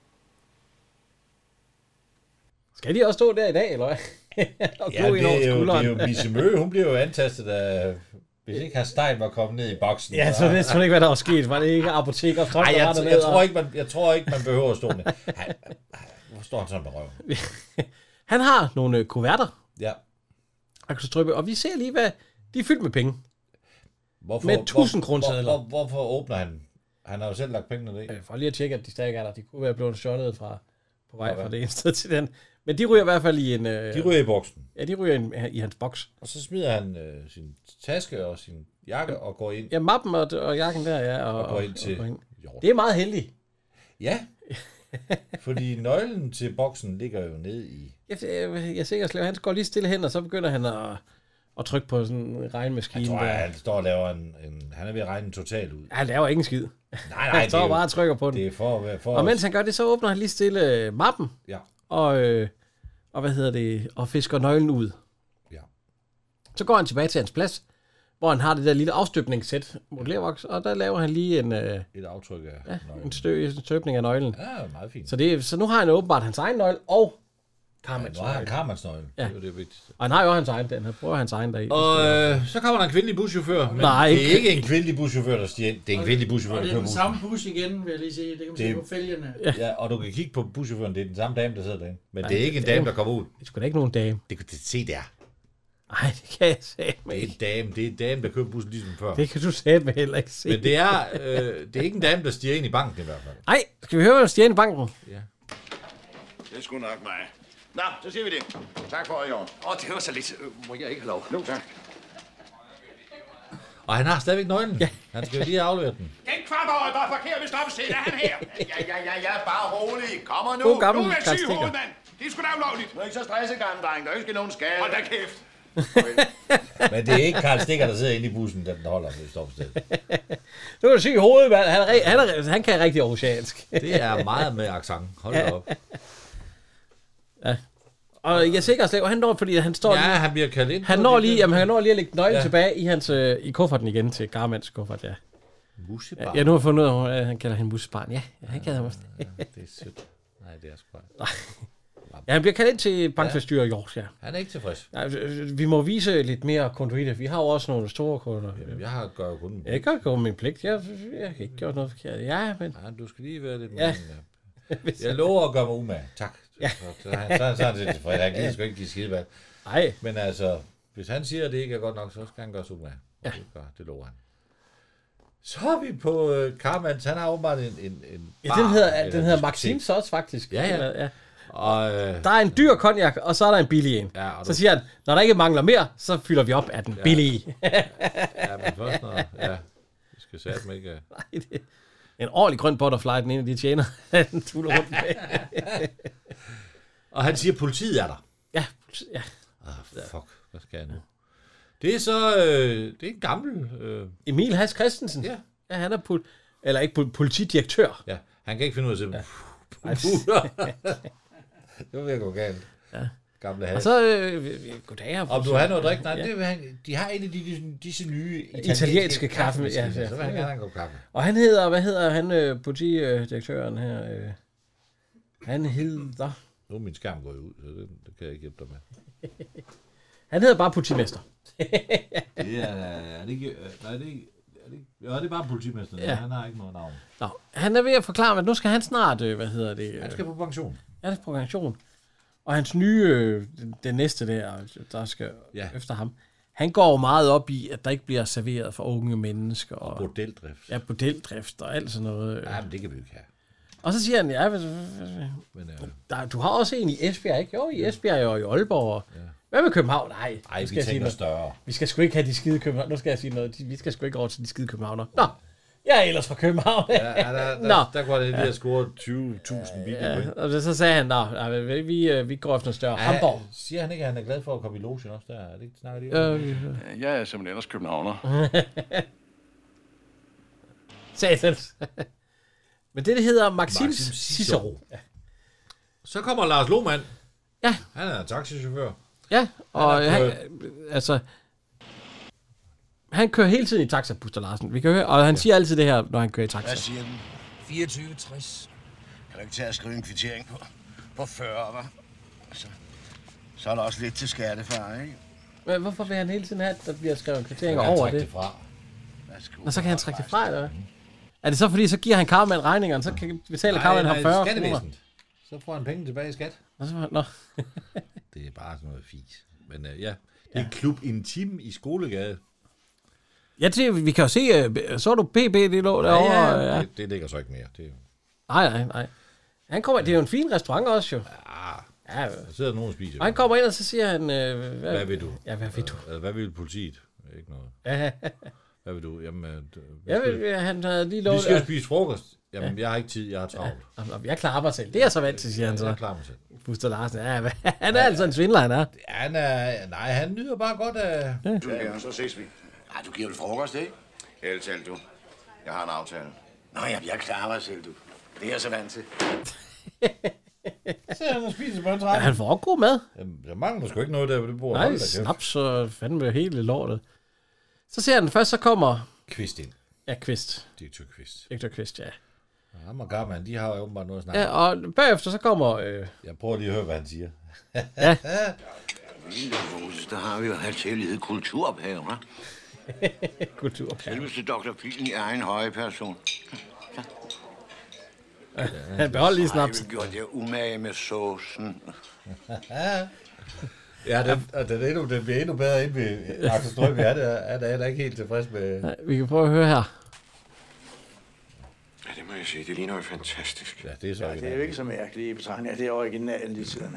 Skal de også stå der i dag, eller hvad? Ja, det er, jo, det er jo Misse Mø. Hun bliver jo antastet af... Hvis ikke Herr Stein var kommet ned i boksen. Ja, så vidste hun ikke, hvad der var sket. Var det ikke apotek og strøm, Nej, jeg, jeg, jeg, tror ikke, man, jeg tror ikke, man behøver at stå med. Hvorfor står han sådan på røven? Han har nogle øh, kuverter. Ja. Og vi ser lige, hvad de er fyldt med penge. Hvorfor, med tusind hvor, grundsedler. hvor, hvor, hvorfor åbner han? Han har jo selv lagt pengene ned. For lige at tjekke, at de stadig er der. De kunne være blevet shottet fra, på vej fra det ene sted til den. Men de ryger i hvert fald i en... Øh, de ryger i boksen. Ja, de ryger i, i hans boks. Og så smider han øh, sin taske og sin jakke og går ind. Ja, mappen og, og jakken der, ja. Og, og går ind og, til... og ind. Det er meget heldigt. Ja. Fordi nøglen til boksen ligger jo nede i... Jeg, jeg, jeg sikkert Slev, han går lige stille hen, og så begynder han at, at trykke på sådan en regnmaskine. Jeg tror, der. at han står og laver en, en... Han er ved at regne totalt ud. Ja, han laver ikke en skid. Nej, nej. Han står bare og trykker på den. Det er for, for og mens han gør det, så åbner han lige stille mappen. Ja. Og, øh, og hvad hedder det? Og fisker nøglen ud. Ja. Så går han tilbage til hans plads, hvor han har det der lille afstøbningssæt modellervoks, og der laver han lige en... Øh, Et aftryk af ja, nøglen. en, stø, en støbning af nøglen. Ja, meget fint. Så, det, så nu har han åbenbart hans egen nøgle, og Karmans ja, nu har han Karmans nøgle. Ja. Det er jo det vigtigste. Og han har jo hans egen, den. Han prøver hans egen deri. Og øh, så kommer der en kvindelig buschauffør. Men Nej, det er ikke en kvindelig buschauffør, der stiger ind. Det er en kvindelig buschauffør, og der det er kører den samme bus igen, vil jeg lige sige. Det kan man det, se på fælgerne. Ja. ja, og du kan kigge på buschaufføren. Det er den samme dame, der sidder derinde. Men Nej, det er ikke en dame, der kommer ud. Det er sgu da ikke nogen dame. Det kan du se der. Nej, det kan jeg sige. Det er en dame. Det er en dame, der kører bussen ligesom før. Det kan du sætte med heller ikke se. Men det er, øh, det er ikke en dame, der stiger ind i banken i hvert fald. Nej, skal vi høre, hvad der stiger ind i banken? Ja. Det er sgu nok mig. Nå, så siger vi det. Tak for i år. Åh, oh, det var så lidt. Må jeg ikke have lov? Jo, tak. Og han har stadigvæk nøglen. Ja. Han skal jo lige aflevere den. Den kvartøj, der er parkeret ved stoppestedet, er han her? Ja, ja, ja, ja, bare rolig. Kommer nu. God gammel Nu er jeg syg Karl hoved, mand. Det er sgu da ulovligt. Du er ikke så stresset, gamle dreng. Der er ikke nogen skade. Hold da kæft. Men det er ikke Karl Stikker, der sidder inde i bussen, da den holder ved stoppestedet. Nu er du syg i hovedet, mand. Han, er, han, er, han kan rigtig aarhusiansk. Det er meget med accent. Hold da op. Ja. Og jeg sikkert slet, han når, fordi han står Ja, lige, han bliver kaldt ind. han når lige, jamen, han når lige at lægge nøglen Ja. tilbage i hans øh, i kufferten igen til Garmans kuffert, ja. Musebarn. Ja, nu har jeg fundet ud af, at han kalder hende mussebarn. Ja, ja, han kalder ham også. Ja, det er sødt. Nej, det er sgu ikke. Ja, han bliver kaldt ind til bankforstyrrer i Aarhus, ja. Han er ikke tilfreds. Ja, vi må vise lidt mere konduite. Vi har jo også nogle store kunder. Jamen, jeg har gør jo kun min Jeg gør jo min pligt. Jeg, jeg har ikke gjort noget forkert. Ja, men... Ja, du skal lige være lidt Ja. mere. Jeg lover at gøre mig umage. Tak. Ja. Så, så, så, så, så er han lidt tilfreds. Han gider sgu ikke give skideball. Nej. Men altså, hvis han siger, at det ikke er godt nok, så skal han gøre sig umage. Ja. Det, gør, det lover han. Så er vi på uh, Karmans. Han har åbenbart en, en, en Ja, bar, den hedder, eller den en hedder diskotek. Maxims også, faktisk. Ja, ja. ja. Og, øh, Der er en dyr konjak, og så er der en billig en. Ja, og så du- siger han, når der ikke mangler mere, så fylder vi op af den Ja. billige. ja, men først når... Ja, vi skal sætte mig ikke... uh, Nej, det en ordentlig grøn butterfly, den ene af de tjener, den tuller rundt med. Og han siger, at politiet er der. Ja, ja. Ah, fuck, hvad skal jeg nu? Det er så... Øh, det er en gammel... Øh, Emil Hans Christensen. Ja. Ja, han er pol- eller ikke pol- politidirektør. ja, han kan ikke finde ud af at sige... Ja. Ja. Det var ved at gå galt. Ja. gamle has. Og så, øh, goddag her. Om du har noget drik? Nej, ja. det vil han, de har en af de, disse, disse nye italienske, italienske kaffe. Ja, ja. Så vil han gerne have en kop kaffe. Og han hedder, hvad hedder han, øh, politidirektøren her? Øh, han hedder... Nu er min skærm gået ud, så det, det kan jeg ikke hjælpe dig med. Han hedder bare politimester. det er, er det ikke... Nej, det er ikke... Er det, ja, det er bare politimesteren. Ja. Han har ikke noget navn. Nå, han er ved at forklare, at nu skal han snart, øh, hvad hedder det? Øh, han skal på pension. Ja, han skal på pension. Og hans nye, øh, den næste der, der skal ja. efter ham, han går meget op i, at der ikke bliver serveret for unge mennesker. Og, og bordeldrift. Ja, bordeldrift og alt sådan noget. Ja, men det kan vi jo ikke have. Og så siger han, ja, men, men, øh, der, du har også en i Esbjerg, ikke? Jo, i Esbjerg og i Aalborg. Ja. Hvad med København? Nej, Ej, vi skal tænker større. Vi skal sgu ikke have de skide København. Nu skal jeg sige noget. Vi skal sgu ikke over til de skide Københavner. Nå, jeg er ellers fra København. ja, der, der, der, der går det lige at score tyve tusind biler. Ja, og så sagde han, nå, vi, vi går efter noget større. Ja, Hamburg. Siger han ikke, at han er glad for at komme i logen også? Der er det ikke snakker lige om? Øh, jeg er simpelthen ellers københavner. Satans. Men det, det hedder Maxim, Maxim Cicero. Cicero. Ja. Så kommer Lars Lohmann. Ja. Han er taxichauffør. Ja, og han, han, altså... Han kører hele tiden i taxa, Buster Larsen. Vi kan høre, og han ja. siger altid det her, når han kører i taxa. Hvad siger den? fireogtyve tres. Kan du ikke tage at skrive en kvittering på, på fyrre, hva'? Så, så er der også lidt til skattefar, ikke? Men hvorfor vil han hele tiden have, at der bliver skrevet kvitteringer over det? det fra. Nå, så kan han trække det fra, eller hvad? Er det så fordi, så giver han Carmen regningerne, så kan betaler Carmen ham fyrre kroner? Så får han penge tilbage i skat. Nå, så, nå. Det er bare sådan noget fis. Men uh, ja, det er ja. Klub Intim i Skolegade. Ja, det, vi kan jo se, uh, så du P B, det lå derovre. Ja, ja. ja. Det, det ligger så ikke mere. Det er jo... Nej, nej, nej. Han kommer, det er jo en fin restaurant også, jo. Ja, ja. Der sidder nogen og spiser. Og han kommer ind, og så siger han... Uh, hvad, hvad vil du? Ja, hvad vil du? Uh, hvad vil politiet? Ikke noget. Ja. Hvad vil du? Jamen, uh, jeg vil, han havde lige lovet... Vi skal jo spise frokost. Jamen, ja. Jeg har ikke tid, jeg har travlt. Ja. Jamen, jeg klarer mig selv. Det er jeg så vant til, siger han så. Jeg klarer mig selv. Buster Larsen, ja, han er ja, altså en svindler, han er. Han er... Nej, han nyder bare godt af... Ja. Du, ja, så ses vi. Nej, du giver vel frokost, ikke? Helt selv, du. Jeg har en aftale. Nå, jamen, jeg klarer mig selv, du. Det er jeg så vant til. Så han og spiser på en trappe. Ja, han får også god mad. Jamen, der mangler sgu ikke noget der, hvor det bor. Nej, snaps og fandme hele lortet. Så ser han først, så kommer... Kvist ind. Ja, Kvist. Direktør Kvist. Direktør Kvist, ja. Ja, ham og Garman, de har jo åbenbart noget at snakke. Ja, og bagefter så kommer... Øh... Jeg prøver lige at høre, hvad han siger. Ja. Der har vi jo halvtællighed kulturophaver, hva'? Kulturophaver. Selveste doktor Pilen er en høje person. Ja, han beholder lige snaps. Jeg vil gøre det umage med saucen. Ja, den, den, endnu, den bliver endnu bedre ind ved Axel Strøby. Er der, er der, er der ikke helt tilfreds med... Nej, vi kan prøve at høre her. Ja, det må jeg sige. Det ligner jo fantastisk. Ja, det er så ja, det er jo ikke så mærkeligt i betragtning. Ja, det er originalen i tiderne.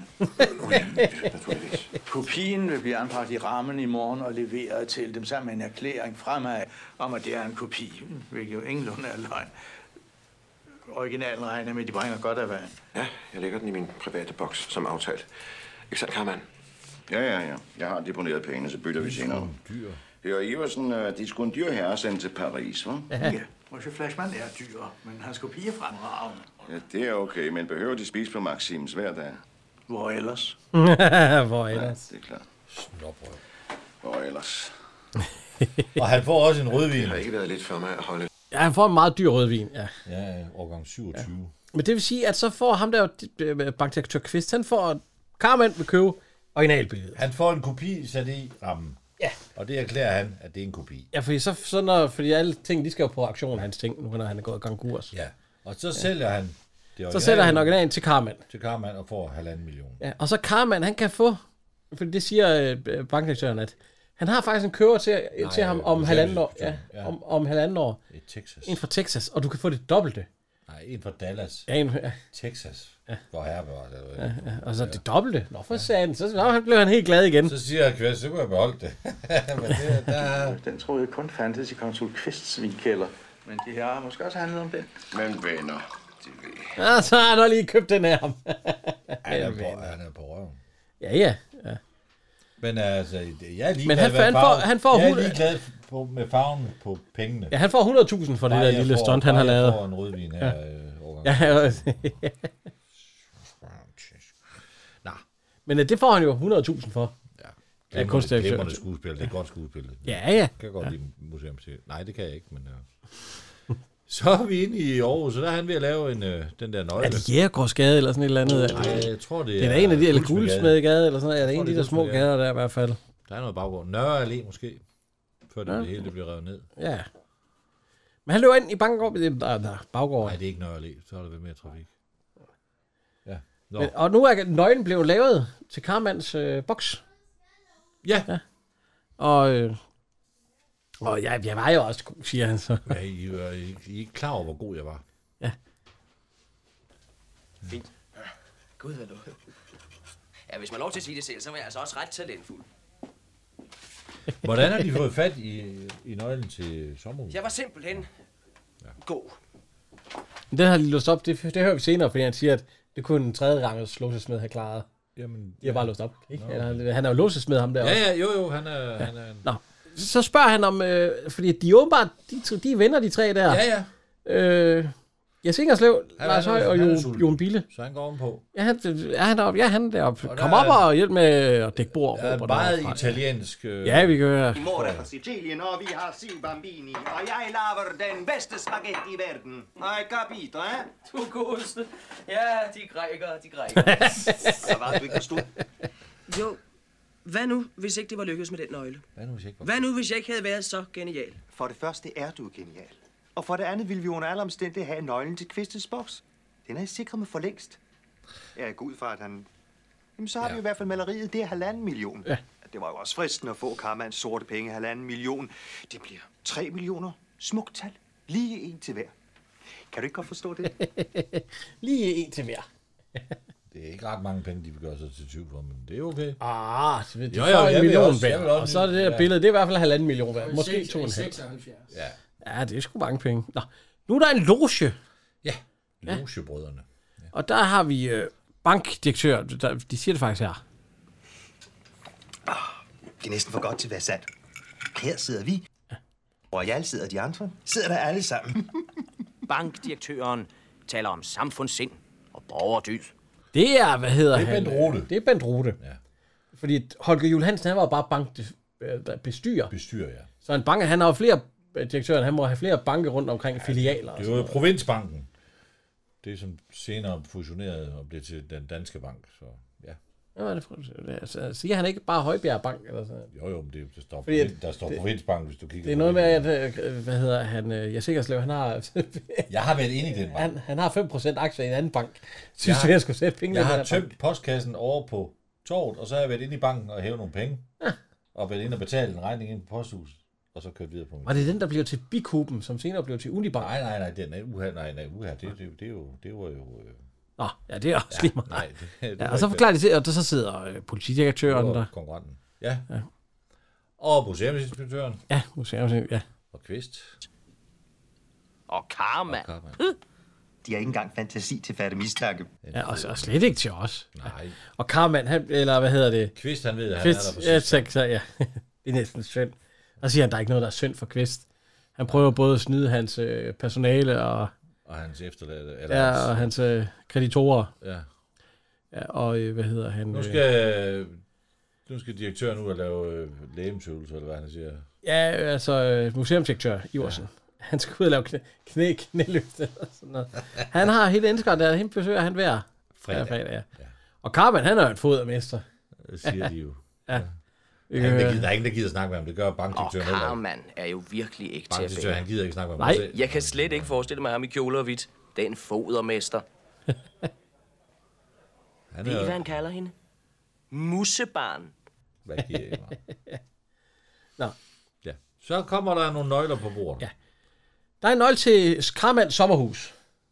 Kopien vil blive anbragt i rammen i morgen og leveret til dem sammen med en erklæring fremad om, at det er en kopi, hvilket jo ingenlunde er løgn. Originalen regner med, at de bringer godt af vejen. Ja, jeg lægger den i min private boks som aftalt. Ikke sandt, Carmen? Ja, ja, ja. Jeg har deponeret pengene, så bytter vi senere. Dyr. Hør, Iversen, det er sgu en dyr herre sendt til Paris, hva'? Ja. Monsieur Flashman er dyr, men hans kopi er fremragende. Ja, det er okay, men behøver de spise på Maxims hver dag? Hvor ellers? Hvor ellers? Ja, det er klart. Snobrøv. Hvor ellers? Og han får også en rødvin. Det har ikke været lidt for mig at holde. Ja, han får en meget dyr rødvin, ja. Ja, årgang syvogtyve. Ja. Men det vil sige, at så får ham der bankdirektør Kvist, han får... Carmen vil købe originalbilledet. Han får en kopi sat i rammen. Ja. Og det erklærer han, at det er en kopi. Ja, fordi, så, så når, fordi alle ting, de skal jo på auktion, hans ting, nu når han er gået konkurs. Ja, og så sælger ja. han... Det så sælger han originalen til Carmen. Til Carmen og får halvanden million. Ja, og så Carmen, han kan få... For det siger øh, bankdirektøren, at han har faktisk en køber til, Nej, til ham om halvanden år. Ja, ja. Om, om halvanden år. I Texas. En fra Texas, og du kan få det dobbelte. Nej, en fra Dallas. Ja, en, ja. Texas. Ja. Hvor herbevar det. Ja, ja. Og så ja. det dobbelte. Nå, for sagen. Så nå, han blev han helt glad igen. Så siger jeg, Kvist, så kunne jeg beholde det. Men det der... Den troede jeg kun fandtes i konsul Kvists vinkælder. Men de her har måske også handlet om den. Men venner, de ved. Ja, så har han også lige købt den af ham. han, er på, han er på røven. Ja, ja. ja. Men altså, jeg er ligeglad Men han, han får, han får jeg er ligeglad på, med farven på pengene. Ja, han får hundrede tusind for bare det der lille får, stunt, han har lavet. Jeg får en rødvin her. Ja. Ja, ja. Nå. Men øh, det får han jo hundrede tusind for. Ja, glemrende skuespil. Det er godt skuespil. Ja, ja. Jeg kan godt ja. lide museum. Nej, det kan jeg ikke, men... Ja. Så er vi inde i Aarhus, så der er han ved at lave en, øh, den der nøgle. Er det Jægergårdsgade eller sådan et eller andet? Nej, jeg tror, det er... Det er en af de, eller Guldsmedegade eller sådan noget. Er det en af de der små gader der i hvert fald? Der er noget baggård. Nørre Allé måske, før det, ja. det hele det bliver revet ned. Ja. Men han løber ind i Bankegård, der, der baggård. Nej, det er ikke Nørre Allé, så er der vel mere trafik. Ja. Men, og nu er nøglen blevet lavet til Karmanns øh, boks. Ja. ja. Og, øh, og jeg, jeg var jo også god, siger han så. Ja, I, er, I, I er ikke klar over, hvor god jeg var. Ja. Fint. Gud, hvad noget. Ja, hvis man lov til at sige det selv, så var jeg altså også ret talentfuld. Hvordan har de fået fat i, i nøglen til sommerhuset? Jeg var simpelthen ja. god. Den har de låst op, det, det hører vi senere, fordi han siger, at det kunne en tredje gang låsesmed have klaret. Jamen, de har bare låst op. Ikke? No. Han, han er jo låsesmed, ham der ja, også. Ja, jo, jo, han er... Ja. Han er en... Nå, så spørger han om, øh, fordi de åbenbart, de, de er venner, de tre der. Ja, ja. Øh, Jes Ingerslev, Lars Høj og Jon, Jon Bille. Så han går ovenpå. Ja, han er han deroppe. Ja, han deroppe. Kom op og hjælp med at dække bord. Ja, meget deroppe. Italiensk. Øh... Ja, vi gør. I mor er fra Sicilien, og vi har syv bambini, og jeg laver den bedste spaghetti i verden. Har I capito, eh? Du godeste. Ja, de grækere, de grækere. Jeg var du ikke forstod. Jo, hvad nu, hvis ikke det var lykkedes med den nøgle? Hvad nu, hvis jeg ikke var... Hvad nu, hvis jeg ikke havde været så genial? For det første er du genial. Og for det andet vil vi under alle omstændigheder have nøglen til Kvistens boks. Den er I sikret med for længst. Jeg går ud fra, at han... Jamen, så har ja. vi i hvert fald maleriet. Det er halvanden million. Ja. Det var jo også fristende at få Karmanns sorte penge. Halvanden million. Det bliver tre millioner. Smukt tal. Lige en til hver. Kan du ikke godt forstå det? Lige en til hver. Det er ikke ret mange penge, de vil gøre sig til tyve for, men det er okay. Ah, så det jo, jo, jo, en million også, værd. Og så er det der ja. billede, det er i hvert fald halvanden million værd. Måske to og en halv. Ja. Ja, det er sgu mange penge. Nå, nu er der en loge. Ja, logebrødrene. Ja. Og der har vi øh, bankdirektør. Der, de siger det faktisk her. Oh, det er næsten for godt til at være sandt. Her sidder vi. Ja. Og jeg sidder de andre. Sidder der alle sammen. Bankdirektøren taler om samfundssind og borgerdyd. Det er, hvad hedder han? Det er Bent Rode. Det er Bent Rode. Ja. Fordi Holger Juhl Hansen, han var bare bankbestyrer. Bestyrer, ja. Så en bank, han har jo flere direktøren, han må have flere banker rundt omkring ja, filialer. Det var jo Provinsbanken. Det som senere fusionerede og blev til den danske bank, så ja. Ja, det altså, siger han ikke bare Højbjerg Bank eller sådan? Jo, jo, men det, det står, Fordi, der står det, Provinsbank, hvis du kigger. Det er noget med, at, hvad hedder han, Jes Ingerslev, han har... jeg har været inde i den bank. Han, han har fem procent aktier i en anden bank. Synes du, jeg skulle sætte penge Jeg har tømt bank. Postkassen over på torvet, og så har jeg været inde i banken og hævet nogle penge. Ja. Og været inde og betale en regning ind på posthuset. Og så kørt videre på mig. Var det den, der blev til Bikuben, som senere blev til Unibank? Nej, nej, nej, den er uha, nej, nej, uha, det, det, det, er jo, det var jo... Øh... Nå, ja, det er også ja, lige meget. Nej, det, det ja, og så forklarer de til, og der så sidder øh, politidirektøren der. Konkurrenten. Ja. ja. Og museumsinspektøren. Ja, museumsinspektøren, ja. Og Kvist. Og Karmann. De har ikke engang fantasi til fatte mistanke. Ja, og, og slet ikke til os. Nej. Og Karmann, han, eller hvad hedder det? Kvist, han ved, at Kvist, han er der for sidst. Ja, ja. Det er næsten synd. Og siger han, der er ikke noget, der er synd for Kvist. Han prøver både at snyde hans øh, personale og... Og hans efterladte. Eller ja, hans... og hans øh, kreditorer. Ja. Ja, og øh, hvad hedder han? Nu skal, øh, nu skal direktøren ud og lave øh, lægemsøvelser, eller hvad han siger. Ja, altså øh, museumsdirektør Iversen. Ja. Han skal ud og lave knæ, knæ, knæløft eller sådan noget. Han har helt indskrevet, der han besøger han hver fredag. fredag ja. Ja. Og Karmann, han er jo et fodermester. Det siger de jo. Ja. Ja. Han, der, gider, der er ingen, der gider snakke med ham. Det gør bankdirektøren heller. Og Karmann er jo virkelig ikke til at bære. Han gider ikke snakke med ham. Nej, jeg kan slet ikke forestille mig ham i kjole og hvidt. Den fodermester. Han er... Ved I, hvad han kalder hende? Mussebarn. Hvad giver I mig? Nå. Ja. Så kommer der nogle nøgler på bordet. Ja. Der er en nøgle til Karmanns sommerhus.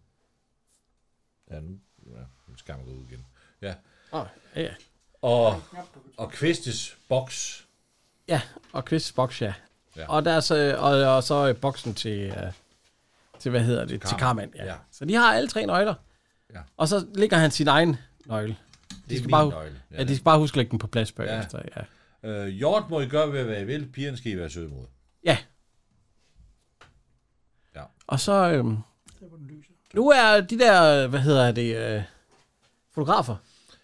Ja, nu, ja, nu skal man gå ud igen. Ja. Oh, ja. Og, og Kvistes boks. Ja, og Kvistes boks, ja. ja. Og, der er så, og, og så boksen til, uh, til, hvad hedder det, til Karmann. Ja. Ja. Så de har alle tre nøgler. Ja. Og så ligger han sin egen nøgle. De skal, bare, nøgle. Ja, ja, de skal bare huske at lægge den på plads bagefter. Ja. Ja. Øh, Hjort må I gøre ved, hvad I vil. Pigerne skal I være søde mod. Ja. Ja. Og så... Øhm, nu er de der, hvad hedder det, øh, fotografer.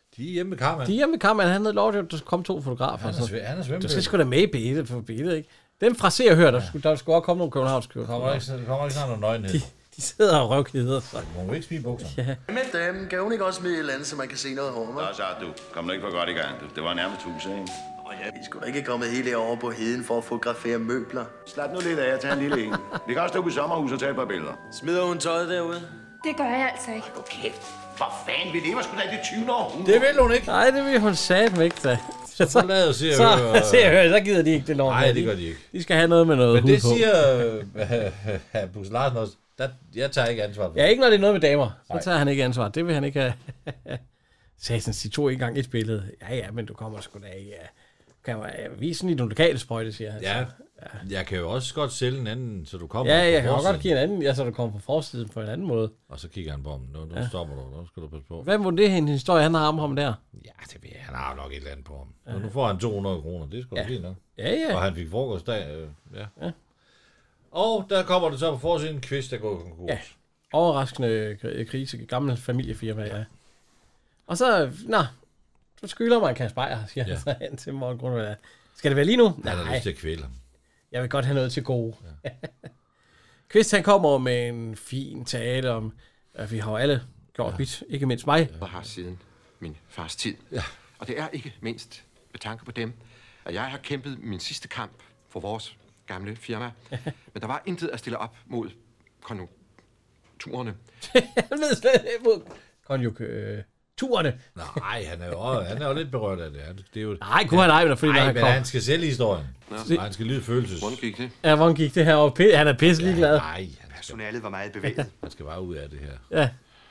De er hjemme med Carmen. De er hjemme med Carmen. Han havde lov til, at der kom to fotografer. Han er, svø- han er svømmebøl. Du skal sgu da med i billedet, for billedet, ikke? Dem fra Se og Hør, der, skulle, der skulle også komme nogle københavnskøber. Der kommer ikke, der kommer ikke sådan noget nøgenhed. De, de sidder og røvkeder sig. Må du ikke smide bukser? Ja. Men dem, kan hun ikke også med et eller andet, så man kan se noget hår, hva'? Nå, så du. Kom nu ikke for godt i gang. Du. Det var nærmest huset, ikke? Åh ja, vi skulle da ikke komme helt over på heden for at fotografere møbler. Slap nu lidt af og tage en lille en. Vi kan også stå på sommerhus og tage et par billeder. Smider hun tøjet derude? Det gør jeg altså ikke. Hold kæft. For fanden, vi lever sgu da i det tyvende århundrede. Det vil hun ikke. Nej, det vil hun satme ikke, da. Så forlader Se og Så, Hør. Se og Hør, så gider de ikke det lov. Nej, det gør de ikke. De skal have noget med noget Men hud det på. siger uh, Busse Larsen også. Der, jeg tager ikke ansvar for det. Ja, ikke når det er noget med damer. Så Nej. tager han ikke ansvar. Det vil han ikke have. Satans, de tog ikke engang et billede. Ja, ja, men du kommer sgu da ikke. Ja. Kan man vise den i den lokale sprøjte, siger han. Ja. ja. Jeg kan jo også godt sælge en anden, så du kommer Ja, på jeg kan også forsiden. godt give en anden, ja, så du kommer på forsiden på en anden måde. Og så kigger han på ham. Nu, nu Ja. stopper du. Nu skal du passe på. Hvad må det en historie, han har om ham der? Ja, det ved jeg. Han har nok et eller andet på ham. Ja. Nu får han to hundrede kroner. Det er sgu da Ja. fint nok. Ja, ja. Og han fik frokostdag. Øh, ja. Ja. Og der kommer det så på forsiden en quiz, der går konkurs. Ja. Overraskende kri- krise, gammel familiefirma, ja. Og så, nå, du skylder mig en kasse bajer, siger Ja. han så hen til Morten Grundvald. Skal det være lige nu? Han har lyst til at kvæle ham. Jeg vil godt have noget til gode. Ja. Kvist, han kommer med en fin tale om, at vi har alle gjort ja. mit, ikke mindst mig. Jeg har siden min fars tid. Ja. Og det er ikke mindst med tanke på dem, at jeg har kæmpet min sidste kamp for vores gamle firma. Men der var intet at stille op mod konjunkturerne. Han ved slet ikke mod konjunkturerne. Nej, han er jo, han er jo lidt berørt af det. det er jo, Nej, kunne han ej, men fordi nej, når han men kom. han skal sælge historien. Se- Og han skal lyde følelses. Hvordan gik det? Ja, hvordan gik det her over? P- Han er pisse ligeglad. Nej, han skal, Personalet var meget bevæget. han skal bare ud af det her. Ja.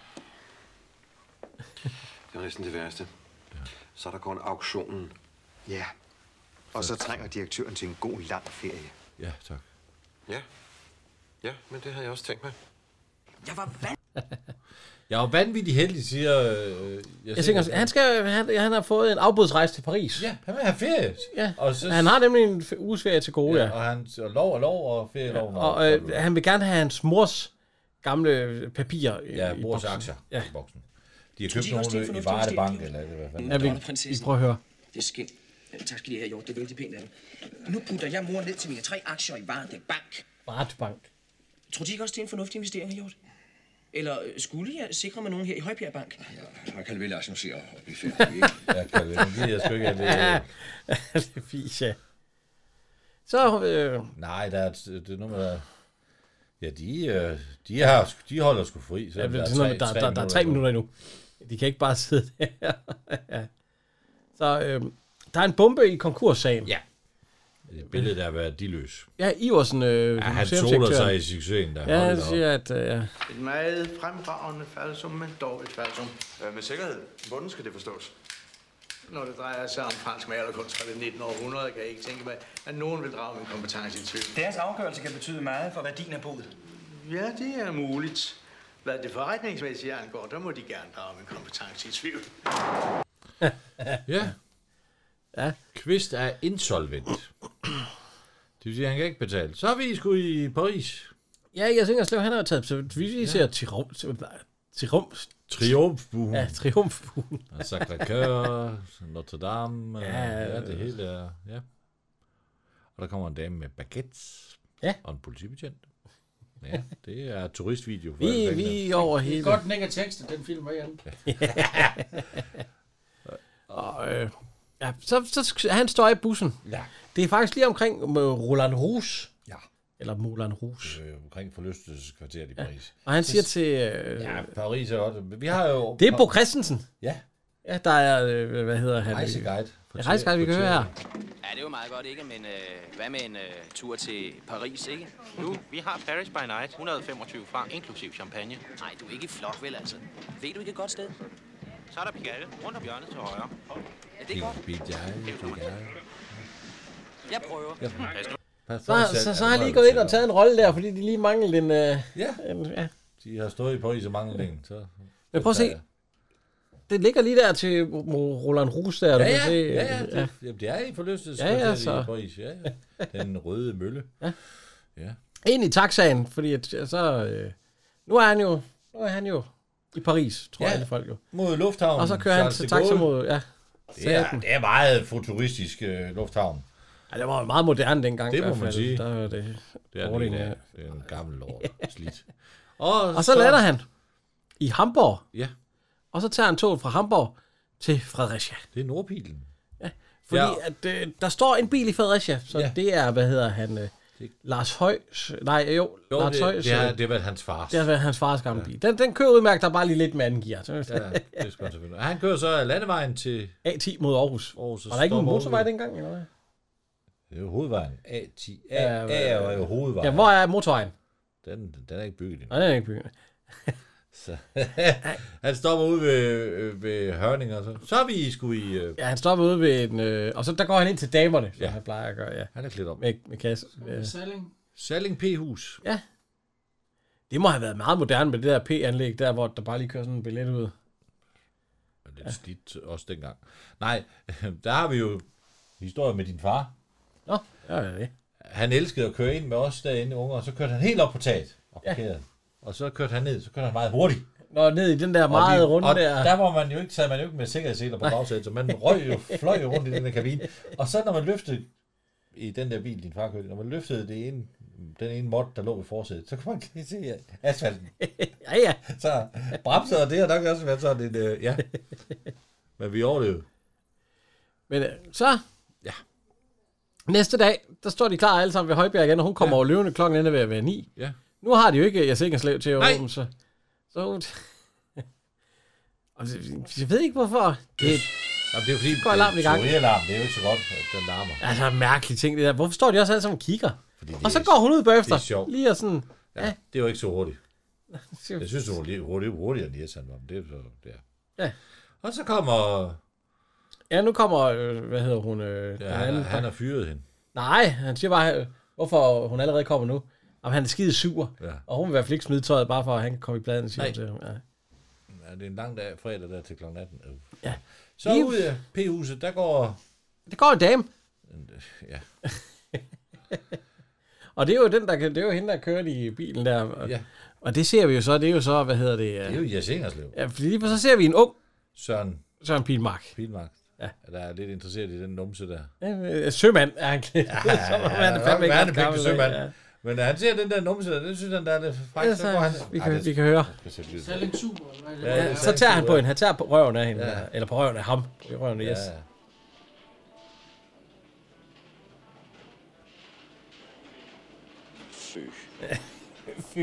Det var næsten det værste. Så der går en auktionen. Ja. Og så trænger direktøren til en god lang ferie. Ja, tak. Ja. Ja, men det havde jeg også tænkt mig. Jeg var vand. Jeg er jo vanvittigt heldig, siger... Øh, jeg, Jeg tænker, han, skal, han, han har fået en afbudsrejse til Paris. Ja, han vil have ferie. Ja, og så, han har nemlig en f- uges ferie til gode, ja. ja. Og han og lov og lov og ferie lov. Ja, og øh, han vil gerne have hans mors gamle papirer i, Ja, i mors boksen. aktier Ja. i boksen. De har købt nogle i Varde Bank, eller hvad fanden. Ja, vi, vi prøver at høre. Det er skidt. Tak skal I have gjort. Det er vældig pænt af dem. Nu putter jeg mor ned til mine tre aktier i Varde Bank. Varde Bank. Tror de ikke også, det er en fornuftig investering, har gjort? Eller skulle jeg sikre mig nogen her i Højbjerg Bank? Jeg kan vel associere og blive færdig, ikke? Jeg kan det. Nu gider jeg sgu ikke have det. Det er fint, ja. Så, øh, Nej, der er, det er noget med... Ja, de, øh, de, har, de holder sgu fri. Så ja, det er sådan noget, der, der, der er tre minutter endnu. De kan ikke bare sidde der. Ja. Så øh, der er en bombe i konkurssagen. Ja. Det er billedet, der har været diløs. Ja, Iversen, øh, Ja, han museumsdirektøren. soler sig i succesen, der. Ja, Hold han da op. siger, at... Øh, ja. Et meget fremragende falsum, men dog et falsum. Øh, med sikkerhed. Hvordan skal det forstås? Når det drejer sig om fransk malerkunst fra det nittende århundrede, kan jeg ikke tænke mig, at nogen vil drage min kompetence i tvivl. Deres afgørelse kan betyde meget for værdien af boet. Ja, det er muligt. Hvad det forretningsmæssige angår, der må de gerne drage min kompetence i tvivl. Ja. Ja. Kvist er insolvent. Det vil sige, at han kan ikke betale. Så er vi sgu i Paris. Ja, jeg tænker, at han har taget... Så vi ser Tirum... Tirum... Triumfbuen. Ja, Triumfbuen. Og Sacré-Cœur, Notre Dame. Ja, Ja, det hele er... Ja. Og der kommer en dame med baguettes. Ja. Og en politibetjent. Ja, det er turistvideo. For Vi, alle vi pengene. er over Det er hele... godt, den ikke er tekstet, den film var igen. Og, øh, ja, så, så han står i bussen. Ja. Det er faktisk lige omkring med Roland Rouge. Ja. Eller Moulin Rouge. Øh, omkring forlystelseskvarteret i Paris. Og han siger til... Øh, Ja, Paris er også... Vi har jo... det er Bo Christensen. Ja. Ja, der er... Øh, hvad hedder han? Rejseguide. Ja, rejseguide, vi kan høre her. Ja, det er jo meget godt, ikke? Men øh, hvad med en øh, tur til Paris, ikke? Nu, vi har Paris by Night, et hundrede og femogtyve franc, inklusiv champagne. Nej, du er ikke i flok, vel altså? Ved du ikke et godt sted? Så er der Pigalle, rundt om hjørnet til højre. Ja, det er godt. Jeg prøver. Ja. Så, så, så har han lige gået ind og taget en rolle der, fordi de lige manglede en... Øh, Ja. en ja. De har stået i Paris og mange længe, så... Men prøv at se. Det ligger lige der til Roland Rouge der, du Ja, kan ja, se. ja, ja, ja. det, jamen, det er i forlystelseskvarteret Ja, ja, så- i Paris, ja, ja. Den røde mølle. Ja. Ja. Ind i taxaen, fordi at, så... Øh, nu er han jo... Nu er han jo I Paris, tror Ja, jeg, alle folk jo. Mod lufthavnen. Og så kører han til taxa mod, ja. Det er, det er meget futuristisk uh, lufthavn. Ja, det var jo meget moderne dengang. Det må man sige. Der var det, det, er det, det, det er en gammel lort. Slidt. Og, og så, så lander han i Hamburg. Ja. Og så tager han toget fra Hamburg til Fredericia. Det er Nordbilen. Ja, fordi ja. At, øh, der står en bil i Fredericia, så ja. Det er, hvad hedder han, øh, Lars Højs, nej jo, jo Lars det, Højs. Det har, det har været hans fars. Det har været hans fars gamle ja. Bil. Den, den kører udmærket, der er bare lige lidt med anden gear. Ja, det skal selvfølgelig. Han kører så landevejen til A ti mod Aarhus. Aarhus var der ikke en motorvej dengang, eller hvad? Det er jo hovedvejen. A ti. A, A er jo hovedvejen. Ja, hvor er motorvejen? Den, den er ikke bygget endnu. Nej, den er ikke bygget. Så han stopper ude ved, ved Hørning, og så, så er vi sgu i... Øh... Ja, han stopper ude ved en... Øh, og så der går han ind til damerne, som ja. han plejer at gøre, ja. Han er klædt op. Med, med kasse. Øh. Salling. Salling P-hus. Ja. Det må have været meget moderne med det der P-anlæg, der hvor der bare lige kører sådan en billet ud. Det er lidt ja. Slidt også dengang. Nej, der har vi jo historie med din far. Nå, ja, ja, det. Han elskede at køre ind med os derinde, unge, og så kørte han helt op på taget og parkerede. Ja. Og så kørte han ned, så kørte han meget hurtigt. Nå, ned i den der meget runde og der. der var man jo ikke, sad man jo ikke med sikkerhedsseler på bagsædet, så man røg jo, fløj jo rundt i den der kabine. Og så når man løftede i den der bil, din far kørte, når man løftede det ene, den ene mod, der lå ved forsædet, så kunne man lige se asfalten. Ja, ja. Så bremser, og det har nok også været sådan en, øh, ja. Men vi overlevede. Men øh, så... Ja. Næste dag, der står de klar alle sammen ved Højbjerg igen, og hun kommer ja. over løvende klokken ende ved at være ni. Ja. Nu har de jo ikke Jes Ingerslev til at åbne, så... så og jeg ved ikke, hvorfor. Det, Jamen, det er jo fordi, går alarm i gang. Teorialarm, det er jo ikke så godt, at den larmer. Altså, en mærkelig ting, det der. Hvorfor står de også alle sammen og kigger? Og så går hun ud bagefter. Det er sjovt. Lige og sådan... Ja, ja. Det er jo ikke så hurtigt. Jeg synes, hun var hurtigt, hurtigere end Jes, han var. Det er så... Det er. Ja. Og så kommer... Ja, nu kommer... Øh, hvad hedder hun? Øh, ja, han, han har fyret hende. Nej, han siger bare, øh, hvorfor hun allerede kommer nu. Om han er skide sur. Ja. Og hun vil i hvert fald ikke smide tøjet, bare for at han kan komme i bladen. Siger til ham. Ja. Ja, det er en lang dag, fredag der til klokken atten. Ja. Så I... ud af P-huset, der går... Der går en dame. Ja. Og det er jo den, der det er jo hende, der kører i bilen der. Og, ja. Og det ser vi jo så, det er jo så, hvad hedder det? Det er jo Jes Ingerslev. Ja, fordi lige så ser vi en ung... Søren. Søren Pilmark. Pilmark. Ja. Der er lidt interesseret i den numse der. Ja, sømand er han klædt. Ja, ja, ja, ja, ja, fandme ikke ret gammel. Sømand. Ja. Men når han ser den der numse der, det synes han, der er lidt frækt. Ja, så, så han, vi, kan, ej, det, vi kan høre. Salling super. Ja, ja, så tager han på hende. Han tager på røven af hende. Ja. Eller på røven af ham. På røven af Jes. Ja. Fy. Fy.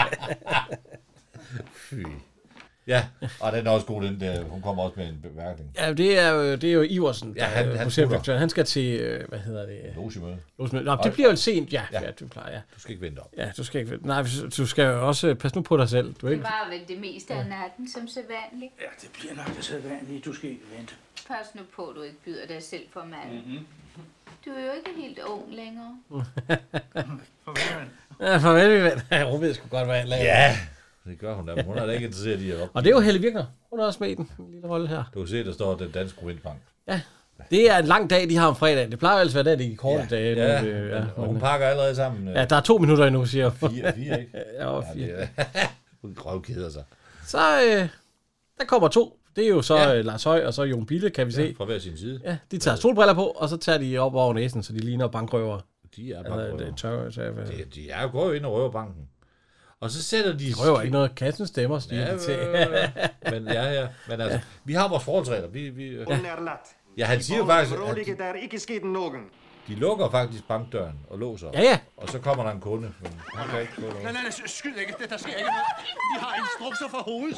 Fy. Ja, og den er også god, den der. Hun kommer også med en bemærkning. Ja, det er jo, det er jo Iversen, ja, han, der, han, han skal til, hvad hedder det? Logemøde. Nå, det bliver jo sent, ja. Ja, ja du, klar, ja. Du skal ikke vente op. Ja, du skal ikke vente. Nej, du skal jo også passe nu på dig selv. Du det var vel det meste af natten, som sædvanligt. Ja, det bliver nok det sædvanlige. Du skal ikke vente. Pas nu på, at du ikke byder dig selv for manden. Mm-hmm. Du er jo ikke helt ung længere. Farvel, mand. Ja, farvel, mand. Hun ved sgu godt, hvad han laver. Ja. Det gør hun da, hun er da ikke interesseret i at op. Og det er jo Helle Virkner. Hun er også med i den lille rolle her. Du kan se, der står den danske provinsbank. Ja, det er en lang dag, de har om fredagen. Det plejer altså at være der, de korte ja. dage. Ja, nu, ja, og hun pakker allerede sammen. Ja, der er to minutter endnu, siger hun. Fire, fire, ikke? Ja, fire. Ja, hun røvkeder sig. Så øh, der kommer to. Det er jo så ja. Lars Høj og så Jon Bille, kan vi ja, se. Fra hver sin side. Ja, de tager solbriller på, og så tager de op over næsen, så de ligner bankrøver. De er bankrøver. Det tør, så, de, de er jo gået ind og røver banken. Og så sætter de... De røver ikke noget. Kassen stemmer, stiger ja, de til. Men ja, ja. Men altså, ja. Vi har vores forholdsregler. Vi, vi, ja. ja, han siger jo faktisk... At de, der er ikke sket nogen. De lukker faktisk bankdøren og låser. Ja, ja. Og så kommer der en kunde. Men han kan ikke gå nej, nej, nej, skyd ikke. Det, der sker ikke noget. De har instrukser for hovedet.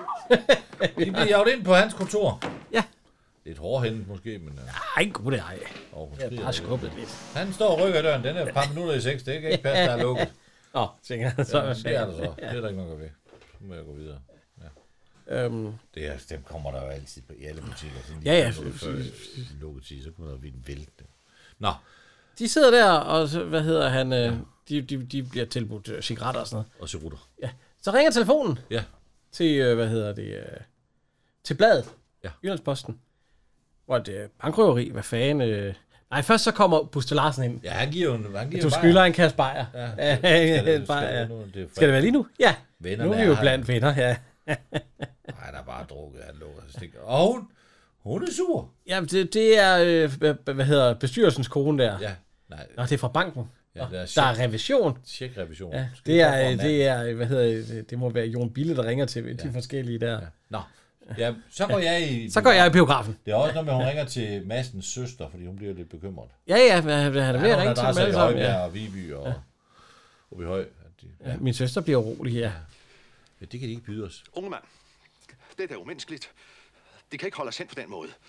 De bliver jaget ind på hans kontor. Ja. Lidt hårdhændet måske, men... Nej, ikke god det, ej. Oh, jeg har bare skubbet lidt. Han står og rykker døren. Den er et par minutter i seks. Det kan ikke passe, der er lukket. Åh, oh, tænker jeg så. Ja, det er der så. Det er der ikke noget ved. Så må jeg gå videre. Ja. Um, det er, dem kommer der jo altid på i alle butikker. Sådan ja, ja. Lukketid, så kommer der jo en vælte. Nå. De sidder der, og så, hvad hedder han, ja. de, de, de bliver tilbudt cigaretter og sådan noget. Og cigaretter. Ja. Så ringer telefonen. Ja. Til, hvad hedder det, til bladet. Ja. Jyllandsposten. Hvor det er bankrøveri, hvad fanden... Øh... Nej, først så kommer Buster Larsen ind. Ja, han giver jo en... Han giver du skylder en kasse bajer. Ja, ja, skal, det, skal, ja. det, det skal det være lige nu? Ja. Vennerne nu er vi jo blandt venner, ja. Nej, der er bare drukket, han lukker sig stik. Og hun, hun er sur. Jamen, det, det er, øh, hvad, hvad hedder bestyrelsens kone der. Ja, nej. Nå, det er fra banken. Ja, der er, der er revision. Tjek-revision. Ja, det er, det er, hvad hedder det, det må være Jon Bille, der ringer til de Ja. forskellige der. Ja. Nå, ja, så går jeg i... Så går jeg i biografen. Det er også noget med, at hun ringer til Madsens søster, fordi hun bliver lidt bekymret. Ja, ja, han er ved at ringe til dem alle sammen. Ja, Ja. og Viby og Obi Høj. De, Ja, min søster bliver urolig her. Ja, det kan de ikke byde os. Unge mand, det er da umenneskeligt. Det kan ikke holde os hen på den måde.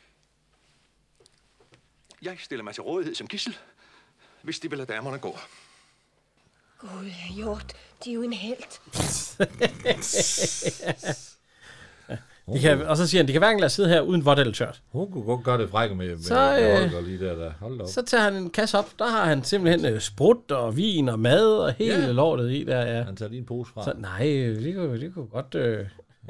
Jeg stiller mig til rådighed som gidsel, hvis de vil lade damerne gå. Gud, Hjort, de er jo en helt. De kan, og så siger han, de kan hverken lade sidde her uden vådt eller tørt. Hun kunne godt gøre det frække med, med, Så, med øh, Holger lige der. der. Hold da op. Så tager han en kasse op. Der har han simpelthen øh, sprut og vin og mad og hele Ja. lortet i der. Ja. Han tager lige en pose fra. Så, nej, det kunne, det kunne godt... Øh...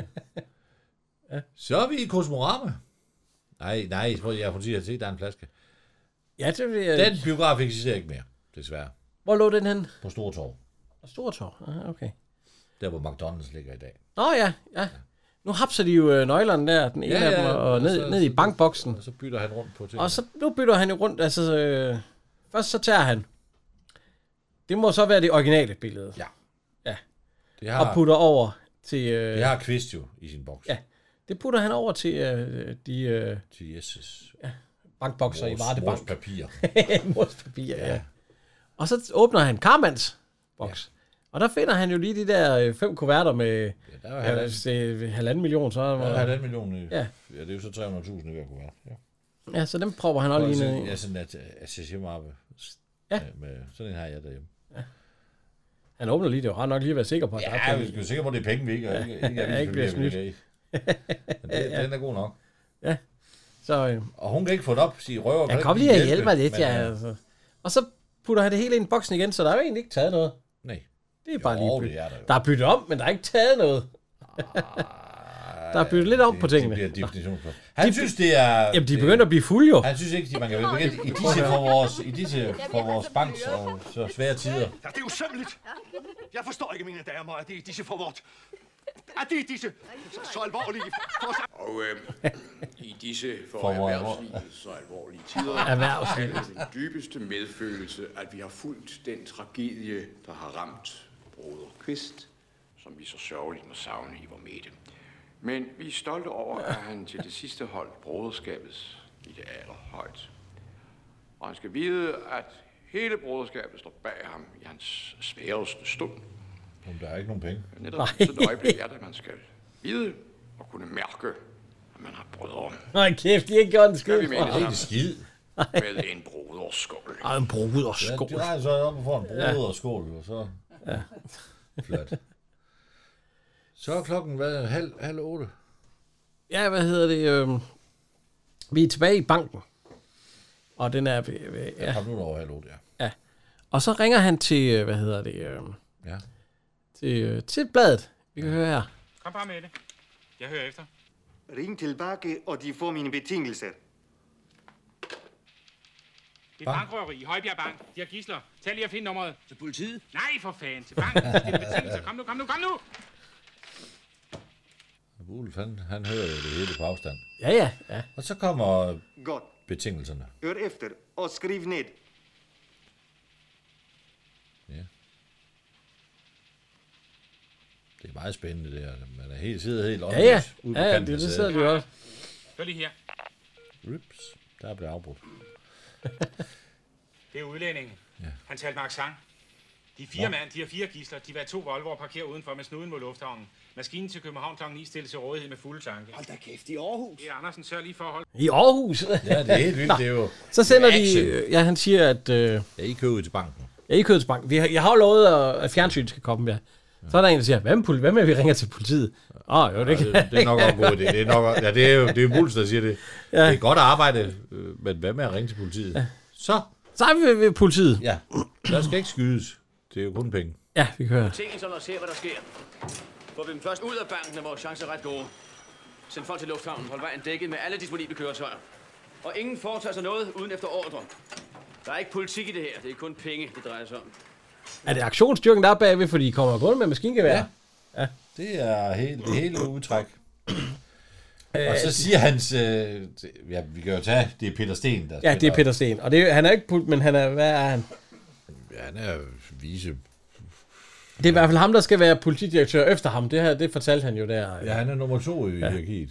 ja. Så er vi i Kosmorama. Nej, nej, jeg, jeg får sige, at der er en flaske. Ja, det vil jeg... Den biograf eksisterer ikke mere, desværre. Hvor lå den hen? På Stortorv. På Stortorv? Ah, okay. Der, hvor McDonald's ligger i dag. Nå ja, ja. Nu hapser de jo øh, nøglerne der, den ene Ja, af ja, dem, og, og og ned, så- ned i så- bankboksen. Og så bytter han rundt på ting. Og så nu bytter han jo rundt, altså... Øh, først så tager han... Det må så være det originale billede. Ja. Ja. Det har- Og putter over til... Øh, Det har Kvist jo i sin boks. Ja. Det putter han over til øh, de... Øh, til Jesus. Ja. Bankbokser i Mors- Varde Bank. mors papir. Mors papir, ja. Ja. ja. Og så åbner han Karmans boks. Ja. Og der finder han jo lige de der øh, fem kuverter med der er ja, halvanden- altså, øh, halvanden million. Så Der er halvanden million i. Ja. Ja, det er jo så tre hundrede tusind i hver kuvert. Ja. Ja, så dem prøver han også lige ned i. Ja, sådan at attachemappe. Ja. Med, sådan en har jeg derhjemme. Ja. Han åbner lige, det var ret nok lige at være sikker på, at der er Ja, penge vi i. skal jo sikker på, at det er penge, vi ikke, og ikke, ikke, Ja, ikke bliver snydt. Men det, Ja. den er god nok. Ja. Så, øh, Og hun kan ikke få det op, sige røver. jeg kom lige at hjælpe mig lidt, ja. Altså. Og så putter han det hele ind i boksen igen, så der er jo egentlig ikke taget noget. Nej. Det er bare Jo, lige det er der jo. Der er byttet om, men der er ikke taget noget. Der er byttet lidt om det- på tingene. det bliver definitionsspørgsmål. Han synes, det er... Jamen, de er begyndt at blive fulde jo. Han synes ikke, at man kan begynde i disse for vores, i disse for vores banks og så svære tider. Ja, det er usømmeligt. Jeg forstår ikke, mine damer, at det er disse for vort. At det er disse så, så alvorlige... For... Og øh, i disse for, For vor- erhvervslivet så alvorlige tider Erhvervslivet. er det den dybeste medfølelse, at vi har fulgt den tragedie, der har ramt broder Kvist, som vi så sørgeligt må savne i vor midte. Men vi er stolte over, at han til det sidste holdt broderskabets idealer højt. Og han skal vide, at hele broderskabet står bag ham i hans sværeste stund. Men der er ikke nogen penge. Netop sådan et øjeblik er det, man skal vide og kunne mærke, at man har brødre. Nej, kæft, de har ikke gjort en Skal vi skid. mene Ikke sammen skid. med en broderskål. Ej, en broderskål. Ja, de rejser så op og får en brød og skål, og så... Ja. Flot. Så er klokken hvad? Halv, halv otte? Ja, hvad hedder det? Øh, vi er tilbage i banken. Og den er... Øh, Ja. ja. Kom nu over halv otte, ja. ja. Og så ringer han til, øh, hvad hedder det? Øh, Ja. til, øh, til bladet. Vi kan høre her. Kom bare med det. Jeg hører efter. Ring tilbage, og de får mine betingelser. Det er et bankrøveri i Højbjerg Bank. De har gidsler. Tag lige og find nummeret. Til politiet? Nej, for fanden. Til banken. Det er betingelser. Kom nu, kom nu, kom nu. Ulf, han, han hører jo det hele på afstand. Ja, ja, ja. Og så kommer Godt. betingelserne. Hør efter og skriv ned. Ja. Det er meget spændende, det her. Man er helt, sidder helt Ja, ja. ude på Ja, ja, kanten det, af det sædet. sidder vi jo også. Hør lige her. Ups, der blev afbrudt. Det er udlændingen. Ja. Han talte med accent. De fire mand, de har fire gidsler. De var to Volvoer parkeret udenfor med snuden mod lufthavnen. Maskinen til København klokken ni stilles til rådighed med fulde tanke. Hold da kæft, i Aarhus. Det er Andersen, sørg lige for at holde. I Aarhus? Ja, det er helt vildt. Nå, Det er jo... Så sender det er de... action. Ja, han siger, at... Øh, Ja, I kører ud til banken. ja, I kører til banken. Vi har, jeg har jo lovet, at, at fjernsynet skal komme, ja. Så er der en, der siger, hvad med, hvad med at vi ringer til politiet? Åh, oh, jo, det kan Ja, det, det er nok også en god idé. Det er, nok, ja, det er jo det er jo Muls, der siger det. Ja. Det er godt arbejde, øh, men hvad med at ringe til politiet? Ja. Så. Så er vi ved, ved politiet. Ja, der skal ikke skydes. Det er jo kun penge. Ja, vi kører. Betingelserne og se, hvad der sker. Får vi dem først ud af banken, er vores chancer ret gode. Send folk til lufthavnen, hold vejen dækket med alle disponible køretøjer. Og ingen foretager sig noget uden efter ordre. Der er ikke politik i det her, det er kun penge, det drejer sig om. Er det aktionsstyrken, der er bagved, fordi de kommer kun med maskingevær? Ja. Ja. Det er helt, det hele udtræk. Og så siger hans... Øh, ja, vi kan jo tage... Det er Peter Sten, der Ja, det er Peter Sten. Og det er, han er ikke pult, men han er... Hvad er han? Ja, han er vise... Det er i hvert fald ham, der skal være politidirektør efter ham. Det her, det fortalte han jo der. Ja, han er nummer to i ja. hierarkiet.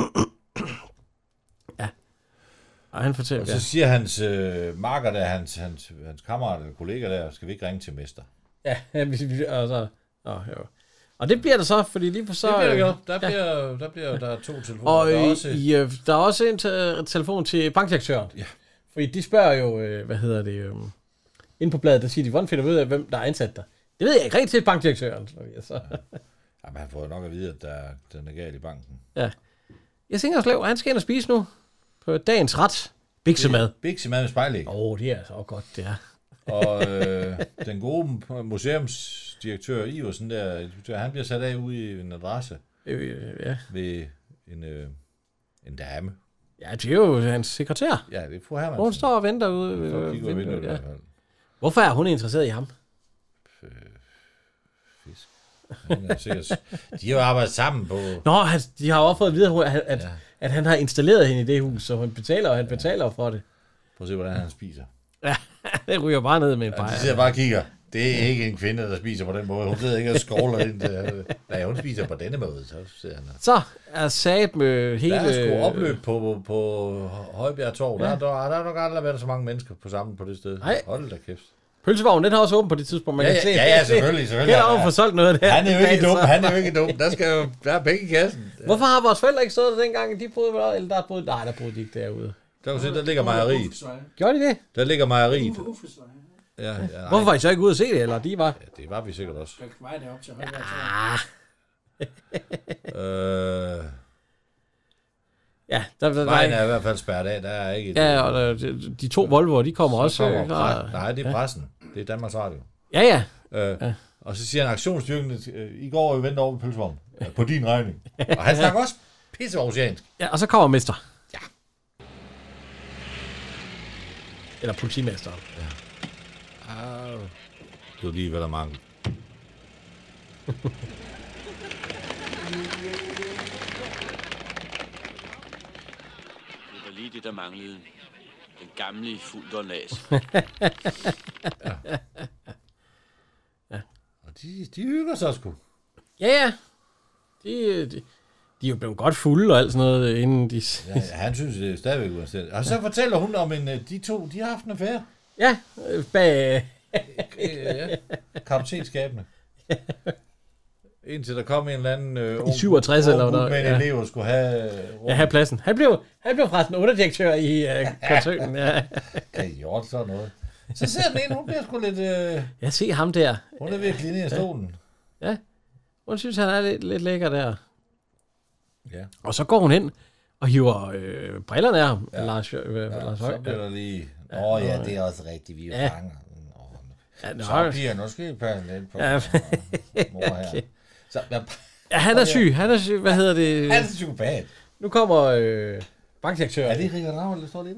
Ja. Og han fortæller... Og så ja. siger hans øh, marker der, hans, hans, hans kammerat eller kollega der, skal vi ikke ringe til mester? Ja, og så... Åh, jo. Og det bliver der så, fordi lige for så... Det bliver der gjort. Der, ja. bliver, der bliver der er to telefoner. Og der, er i, også... i, der er også en te- telefon til bankdirektøren. Ja. Fordi de spørger jo, øh, hvad hedder det, øh, inde på bladet, der siger de, hvordan finder vi ud af, hvem der er ansat der? Det ved jeg ikke rigtig til bankdirektøren. Så. Ja. Jamen, han får jo nok at vide, at der, den er galt i banken. Ja. Jeg tænker også, han skal ind og spise nu på dagens ret. Biksemad. Biksemad med spejlæg. Åh, oh, det er altså også godt, det er. Og øh, den gode museumsdirektør Iversen der, han bliver sat af ude i en adresse. Øh, ja. Ved en, øh, en dame. Ja, det er jo hans sekretær. Ja, det er fru Hermansen. Hun står og venter ude ved øh, vinduet. vinduet, Ja. ja. Hvorfor er hun interesseret i ham? Fisk. De har jo arbejdet sammen på... Nå, han, de har jo også fået at vide, at, at, Ja. at han har installeret hende i det hus, så hun betaler, og han betaler for det. Prøv at se, hvordan han spiser. Ja, det ryger bare ned med en Ja, bajer. de sidder bare og kigger. Det er ikke en kvinde, der spiser på den måde. Hun sidder ikke og skåler ind til... Nej, hun spiser på denne måde, så sidder han der. Så er sat med hele... Der er sgu opløb på, på, på Højbjerg Torv. Der, ja. der, der, der har nok aldrig været så mange mennesker på sammen på det sted. Nej. Hold da kæft. Pølsevognen, den har også åbent på det tidspunkt, man Ja, kan se. ja, ja, selvfølgelig, selvfølgelig. Kan der få solgt noget der. Han er jo ikke dum, han er jo ikke dum. Der skal jo der er penge i kassen. Hvorfor har vores forældre ikke stået der dengang, de boede der, eller der boede... Nej, der boede de ikke derude. Der kan du se, der ligger mejeriet. Gjorde de det? Der ligger mejeriet. Ja, ja, hvorfor var I så ikke ude at se det, eller de var? Ja, det var vi sikkert også. Der var det op til Højbjerg. øh... Ja, der, der, Vejen der er i hvert fald spærret af. Der er ikke et, ja, og der, de, de to Volvoer, de kommer også. kommer øh, fra, nej, det er pressen. Det er Danmarks Radio. Ja, ja. Øh, ja. Og så siger han, aktionsstyrken, i går var vi ventet over på pølsevognen. Ja, på din regning. Og han snakker også pisse oceansk. Ja, og så kommer mester. Ja. Eller politimesteren. Ja. Uh, det var lige, hvad der mangler. Det var lige det, der manglede. Den gamle fuldt ja. Ja. Og de, de hygger sig sgu. Ja, ja. De, de, de er jo blevet godt fulde og alt sådan noget, inden de... Ja, han synes, det er stadigvæk uanstændigt. Og så fortæller hun om, en, de to, de har haft en affære. Ja, bag... ja, kaptajnskabene. Indtil der kom en eller anden øh, ung, I syvogtres eller noget. med en Ja. elev, skulle have... Uh, ja, have pladsen. Han blev, han blev forresten underdirektør i uh, koncernen. Ja. Kan I gjort sådan noget? Så ser den ene, hun bliver sgu lidt... Øh, ja, se ham der. Hun er ved at kline i stolen. Ja, hun synes, han er lidt, lidt lækker der. Ja. Og så går hun hen og hiver øh, brillerne af ham. Ja. Lars, øh, ja, Lars så Høj. bliver der lige... Åh ja, det er også rigtigt, vi er Ja. fanger. Ja, så bliver nu skal I passe lidt på Ja. mor her. Okay. Så, ja, ja, han er syg. Han er syg. Hvad hedder det? Han er psykopat. Nu kommer øh, bankdirektøren. Er det Richard Ravn, der står lige der?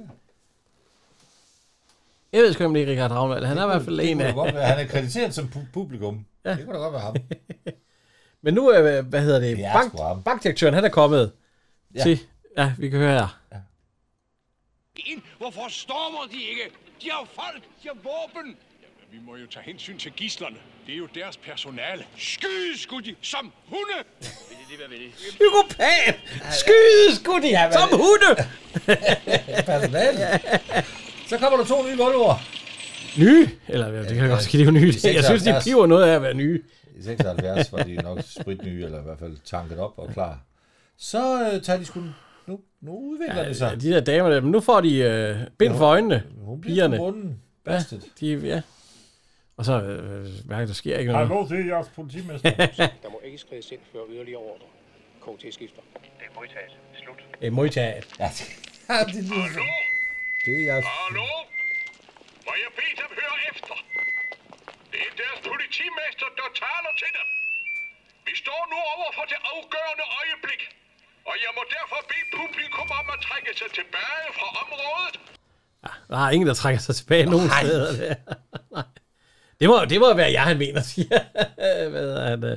Jeg ved sgu ikke, om det er Richard Ravnvald. Han er i hvert fald en af... Han er krediteret som pu- publikum. Ja. Det kunne da godt være ham. Men nu, øh, hvad hedder det? Det er Bank, sgu ham. bankdirektøren, han er kommet Ja. til... Ja, vi kan høre her. Ja. Hvorfor stormer de ikke? De har folk, de har våben. Jamen, vi må jo tage hensyn til gidslerne. Det er jo deres personale. Skyd, skulle de, som hunde! Vil det lige være ved det? Psykopat! Skyde, skulle de, Ja, som men- hunde! Personale. Så kommer der to nye Volvoer. Nye? Eller ja, det kan godt ske, det er jo nye. Jeg synes, de piver noget af at være nye. I seksoghalvfjerds var de nok spritnye, eller i hvert fald tanket op og klar. Så øh, tager de sgu... Nu, nu udvikler Ja, det sig. de der damer der, men nu får de øh, bind for øjnene. Hun bliver Pigerne. på bunden. Ja, Bastet. de, ja. Og så øh, mærker, der sker ikke noget. Hallo, det er jeres politimester. Der må ikke skrides ind før yderligere ordre. K T-skifter. Det er modtaget. Slut. Det er modtaget. Ja, det er Hallo? Det er jeres... Hallo? Må jeg bede dem høre efter? Det er deres politimester, der taler til dem. Vi står nu over for det afgørende øjeblik. Og jeg må derfor bede publikum om at trække sig tilbage fra området. Ja, der er ingen, der trækker sig tilbage nogen steder. Der. Nej. Det må, det må være jeg, han mener, siger. Hvad er han? øh,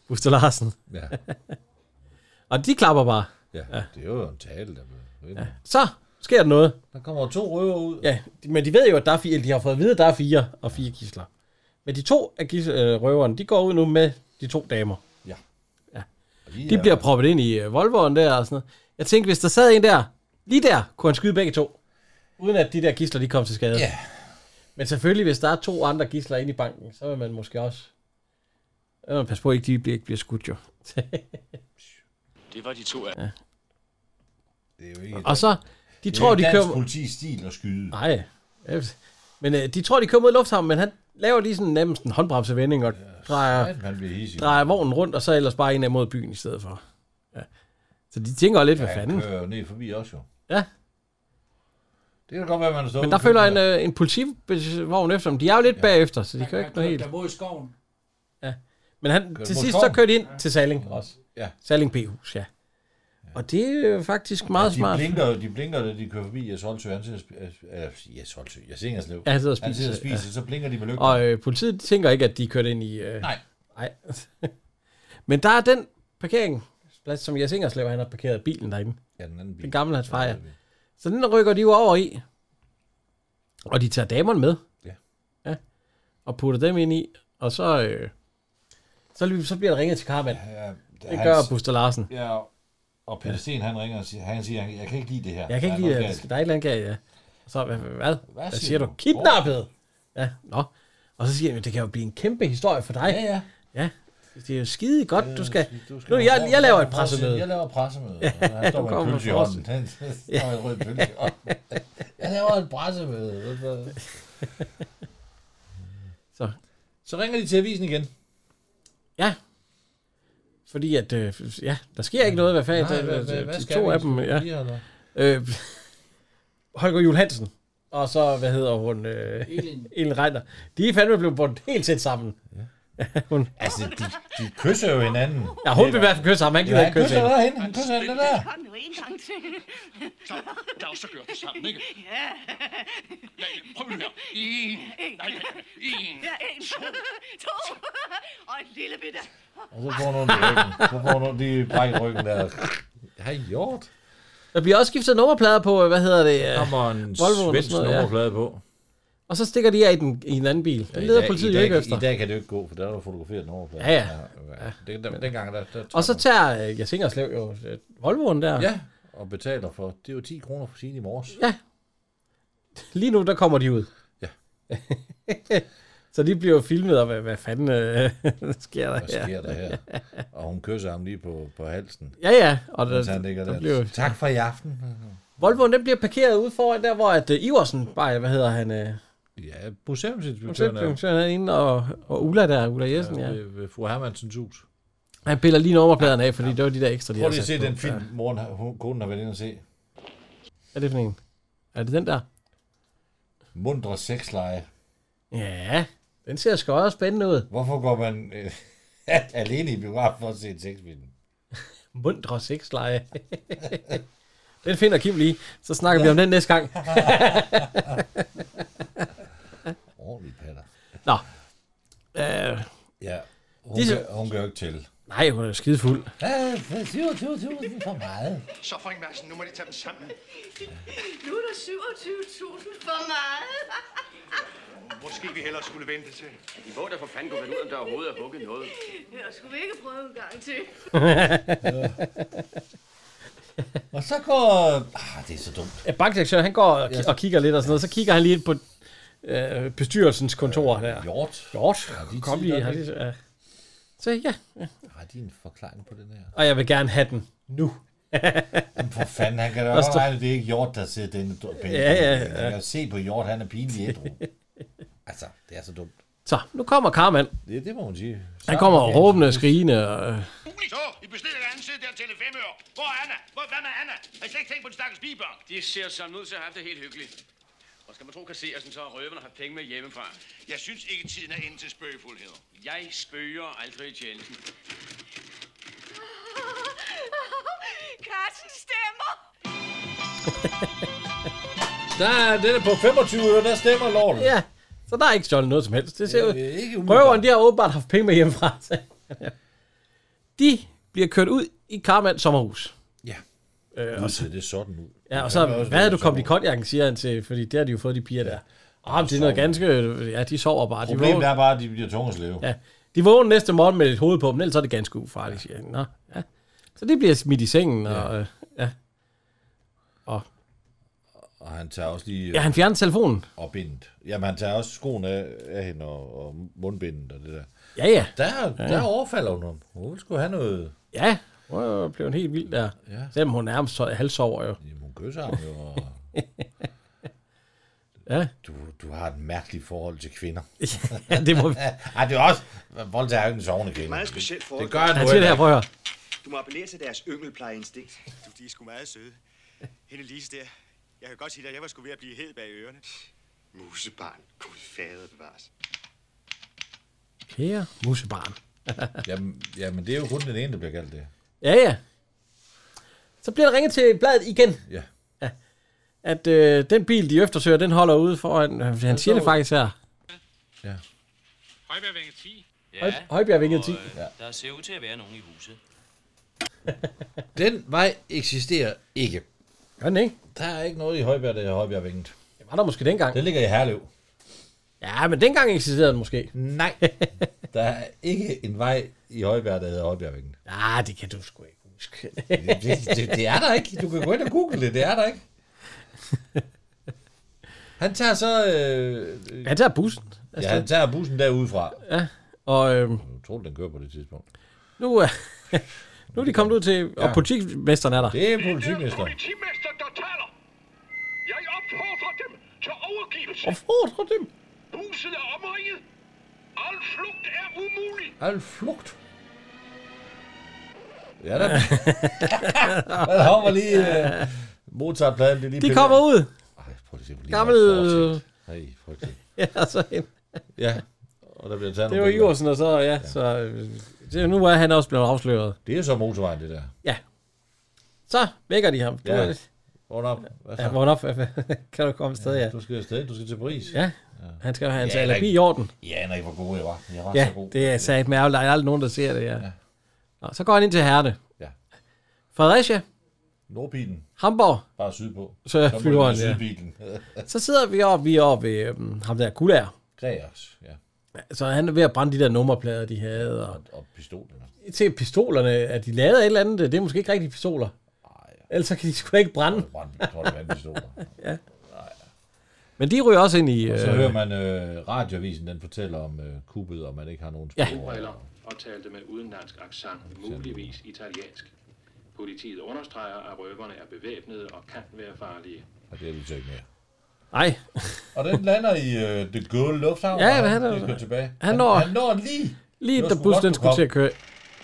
Buster Larsen. Ja. Og de klapper bare. Ja, ja, det er jo en tale, der blev... Ja. Så sker der noget. Der kommer to røver ud. Ja, men de ved jo, at der er fire. De har fået at vide, at der er fire og fire gidsler. Men de to af gis, øh, røverne, de går ud nu med de to damer. Ja. Ja. De, de bliver proppet ind i uh, Volvoen der og sådan noget. Jeg tænkte, hvis der sad en der, lige der, kunne han skyde begge to. Uden at de der gidsler, de kom til skade. Ja. Men selvfølgelig, hvis der er to andre gidsler inde i banken, så vil man måske også... Jeg må passe på, at ikke de bliver, ikke bliver skudt, jo. Det var de to af. Ja. Det er jo ikke... Og så... De det tror, de kører... politis stil at skyde. Nej. Men øh, de tror, de kører mod lufthavnen, men han laver lige sådan nærmest en håndbremsevending og drejer, ja, drejer vognen rundt, og så ellers bare ind mod byen i stedet for. Ja. Så de tænker lidt, hvad ja, fanden. Han kører ned forbi også jo. Ja. Det kan godt være, man er stået. Men der følger en, øh, en politivogn efter dem. De er jo lidt ja. bagefter, så de kører ikke noget helt. Der bor i skoven. Ja. Men han, til sidst skoven? så kører de ind ja. til Salling også. Ja. Salling P-hus, ja. Og det er jo faktisk meget ja, de smart. Blinker, de blinker, da de kører forbi Jes Holtsø. Han sidder og spiser. Jes Holtsø. Jeg Singerslev. Ja, han sidder og spiser. Han sidder og spiser, ja. Så blinker de med lygten. Og øh, politiet de tænker ikke, at de kørte ind i... Øh, nej. Nej. Men der er den parkeringsplads, som Jes Ingerslev, han har parkeret bilen derinde. Ja, den anden bil. Den gamle hans fejr. Så den rykker de jo over i. Og de tager damerne med. Ja. Ja. Og putter dem ind i. Og så... Øh, så, så bliver der ringet til Karman. Ja, ja, det, det gør hans, Buster Larsen. Ja, og Peter Sten, han ringer og siger, han siger, jeg kan ikke lide det her. Jeg kan ikke lide det. Der er et eller andet galt, ja. Så, hvad, hvad, hvad, hvad siger, siger du? du? Kidnappet! Ja, nå. Og så siger han, det kan jo blive en kæmpe historie for dig. Ja, ja. Ja, det er jo skide godt, du skal... Du skal nu, jeg, jeg laver et pressemøde. Jeg laver et pressemøde. Ja, han står med en pølse i hånden. Han står med en rød pølse i hånden. Jeg laver et pressemøde. Så. Så ringer de til avisen igen. Ja. Fordi at, øh, ja, der sker ikke noget, hvad fanden. Nej, hvad, hvad, hvad skal to vi? af dem, ja. Øh, Holger Juhl Hansen, og så, hvad hedder hun? Øh, Elin. Elin Reiner. De er fandme blevet bundet helt tæt sammen. Ja. hun. Altså, de, de kysser jo hinanden. Ja, hun vil i hvert fald kysse ham. Han gider ja, ikke kysse hende. Hende. Han kysser hende der. Kom nu en gang til. Så, lad os så gøre det sammen, ikke? Ja. Ja, prøv nu her. En. Nej, en. Ja, en. To. Og en lille bitte. Og så får nogen i ryggen. Så får nogen de bræk ryggen der. Hej, hjort. Der bliver også skiftet nummerplader på, hvad hedder det? Der kommer en svensk nummerplade ja. på. Og så stikker de af i, den, i en anden bil. Den leder ja, politiet jo ikke efter. I dag kan det jo ikke gå, for der er der fotograferet nummerplader. Ja, ja. ja. Den, den, dengang, der, der og så tager uh, Jes Ingerslev jo Volvoen der. Ja, og betaler for, det er jo ti kroner for sine i morges. Ja. Lige nu, der kommer de ud. Ja. Så de bliver jo filmet, og hvad, hvad fanden øh, sker der hvad her? sker der her? Og hun kysser ham lige på, på halsen. Ja, ja. Og der, der, der, der bliver... Tak for i aften. Volvoen, den bliver parkeret ude foran der, hvor at uh, Iversen, bare, hvad hedder han? Uh, ja, museumsinspektøren. Museumsinspektøren er inde, og, og Ulla der, Ulla Jessen, ja. ja. Ved, ved fru Hermansens hus. Han piller lige nummerpladerne af, fordi det var de der ekstra, de Prøv lige at se den film, moren, hun, konen har været inde og se. Hvad er det for en? Er det den der? Mundre sexleje. Ja, den ser sgu også spændende ud. Hvorfor går man øh, alene i biograf for at se en sexfilm? Mundre sexleje. Den finder Kim lige. Så snakker ja. vi om den næste gang. Ordentlig patter. Nå. Øh, ja, hun, de, gør, hun gør ikke til. Nej, hun er skide fuld. Ja, syvogtyve tusind for meget. Så Frank Madsen, nu må de tage dem sammen. Nu er der syvogtyve tusind for meget. Måske vi hellere skulle vente til. De må da for fanden gå ud, om der overhovedet er hugget noget. Ja, skulle vi ikke prøve en gang til? Og så går... Ah, det er så dumt. Ja, bankdirektøren, han går og, og kigger lidt og sådan noget. Så kigger han lige på øh, bestyrelsens kontor øh, der. Hjort. Hjort. Kom lige. Har de, ja. Så ja. ja. Har de en forklaring på den her? Og jeg vil gerne have den nu. Men for fanden, han kan da også regne, det er ikke Hjort, der sidder denne bænk. Ja, ja, ja. Han kan se på Hjort, han er pinlig ædru. Altså, det er så dumt. Så, nu kommer Karman. Det, det må man sige. Så han kommer råbende og skrigende. Og... Så, I bestiller et andet sted der til fem øre. Hvor er Anna? Hvor, hvad med Anna? Har I slet ikke tænkt på de stakkels pigebørn? De ser sammen ud til at have det helt hyggeligt. Og skal man tro kasserelsen, så har røverne haft penge med hjemmefra. Jeg synes ikke, tiden er inde til spøgefuldheder. Jeg spøger aldrig, Jensen. Carsten stemmer! Der er det på femogtyve øre, der stemmer lorten. Ja, så der er ikke stjålet noget som helst. Det ser ud. Røveren, de har åbenbart haft penge med hjemmefra. De bliver kørt ud i Karmanns sommerhus. Ja. Øh, og så, det er sådan ud. Ja, og så, hvad havde du kommet i konjakken, siger han til, fordi det har de jo fået, de piger der. Ah, det er noget ganske, ja, de sover bare. Problemet er bare, at de bliver tunge at slæve. Ja, de vågner næste morgen med et hoved på dem, ellers er det ganske ufarligt, siger han. Nå, ja. Så det bliver smidt i sengen, og ja. Og, og han tager også lige... Ja, han fjerner telefonen. Og bindet. Jamen, han tager også skoene af, af hende og, og mundbindet og det der. Ja, ja. Der, ja. der overfalder hun ham. Hun skulle have noget... Ja, hun blev en helt vild der. Ja. Selvom hun nærmest halvsover jo. Jamen, hun kysser ham jo. Og... ja. Du, du har et mærkeligt forhold til kvinder. Ja, det må vi... Ej, det er også... Voldtager er jo ikke en sovende kvinde. Det er meget specielt forhold. Det gør han, han siger det her, prøv at høre. Du må appellere til deres yngelplejeinstinkt. Du, de er sgu meget søde. Hende Lise der. Jeg kan godt sige dig, at jeg var sgu ved at blive hed bag ørerne. Musebarn. Gud fader bevares. Kære musebarn. jamen, jamen, det er jo kun den ene, der bliver kaldt det. Ja, ja. Så bliver der ringet til bladet igen. Ja. ja. At øh, den bil, de eftersøger, den holder ude foran... Øh, han siger det faktisk her. Ja. Højbjergvinge ti. Ja, Højbjergvinge ti. Ja. Der ser ud til at være nogen i huset. Den vej eksisterer ikke. Gør den ikke? Der er ikke noget i Højbjerg, der er Højbjergvinget. Det var der måske dengang. Det ligger i Herlev. Ja, men dengang eksisterede den måske. Nej. Der er ikke en vej i Højbjerg, der hedder Højbjergvinget. Ah, det kan du sgu ikke huske. det, det, det, det er der ikke. Du kan gå ind og google det. Det er der ikke. Han tager så... Øh, han tager bussen. Ja, han tager bussen derudefra. Ja, og... Øh, jeg tror, den kører på det tidspunkt. Nu er... Nu er de kommet ud til... Og ja. Politimesteren er der. Det er politimester. Politimester, der taler. Jeg opfordrer dem til overgivelse. Opfordrer dem? Huset er omringet. Al flugt er umulig. Al flugt? Ja, der... Man har lige... Uh, Mozart-pladen, det er lige... De kommer ud. Ej, prøv at se, lige gammel... Nej, frygteligt. Ja, så en... Ja, og der bliver taget det var Iversen, og så... Ja, ja. så... Det, nu er han også blevet afsløret. Det er så motorvejen, det der. Ja. Så vækker de ham. Du ja. er lidt... Vågn op. Ja, vågn op. Kan du komme afsted, ja. ja. Du skal afsted, du skal til Paris. Ja. ja. Han skal jo have en ja, alibi i orden. Ja, når I var gode, jeg var. Jeg var ja, så god. det er sagt med, der er aldrig nogen, der ser det, ja. ja. Nå, så går han ind til Herne. Ja. Fredericia. Nordbilen. Hamburg. Bare sydpå. Så, så flyver han, ja. Så sidder vi oppe, vi er oppe ved um, ham der Gulager. Gregers, ja. Så han er ved at brænde de der nummerplader, de havde. Og, og, og pistolerne. Til pistolerne, at de lavede et eller andet, det er måske ikke rigtige pistoler. Nej. Ellers så kan de sgu ikke brænde. Brænde, jeg tror, det er pistoler. ja. Nej. Men de ryger også ind i... Og så øh, hører man øh, radioavisen, den fortæller om øh, kuppet, og man ikke har nogen spor. Ja. Og talte med udenlandsk accent, muligvis italiensk. Politiet understreger, at røverne er bevæbnede og kan være farlige. Og det er de så ikke mere. Nej. Og den lander i øh, Det Gule Lufthavn, ja, og han, han, han, tilbage. Han, han, når, han når lige... Lige da bussen den skulle til at køre.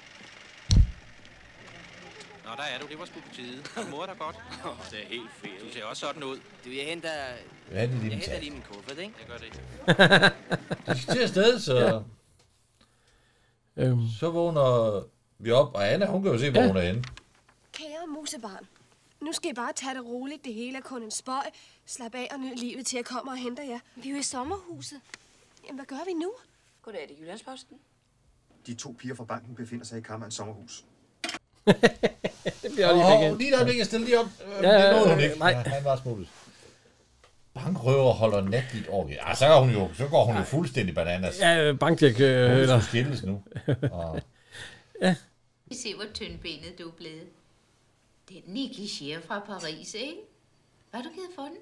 Nå, der er du. Det var sgu på tide. Du mor dig godt. Det er helt fedt. Du ser også sådan ud. Du, jeg henter... Jeg henter lige, jeg henter lige min kuffert, ikke? Jeg gør det. De skal til afsted, så... Ja. Øhm. Så vågner vi op, og Anna, hun kan jo se, hvor ja. hun er henne. Kære musebarn, nu skal I bare tage det roligt. Det hele er kun en spøj. Slap af og nyd livet til at komme og hente jer. Vi er jo i sommerhuset. Jamen, hvad gør vi nu? Goddag, det er Jyllandsposten. De to piger fra banken befinder sig i Karmanns sommerhus. Det bliver lige oh, igen. Lige der øjeblik, jeg stiller lige op. Ja, ja, det nåede hun ikke. Nej. Ja, han var smuttet. Bankrøver holder natligt over. Ja, så går hun jo, så går hun jo fuldstændig bananas. Ja, bankdirektør. Hun skal skilles nu. Og... ja. Vi ser, hvor tyndbenet du er blevet. Den negligé fra Paris, ikke? Hvad har du givet for den?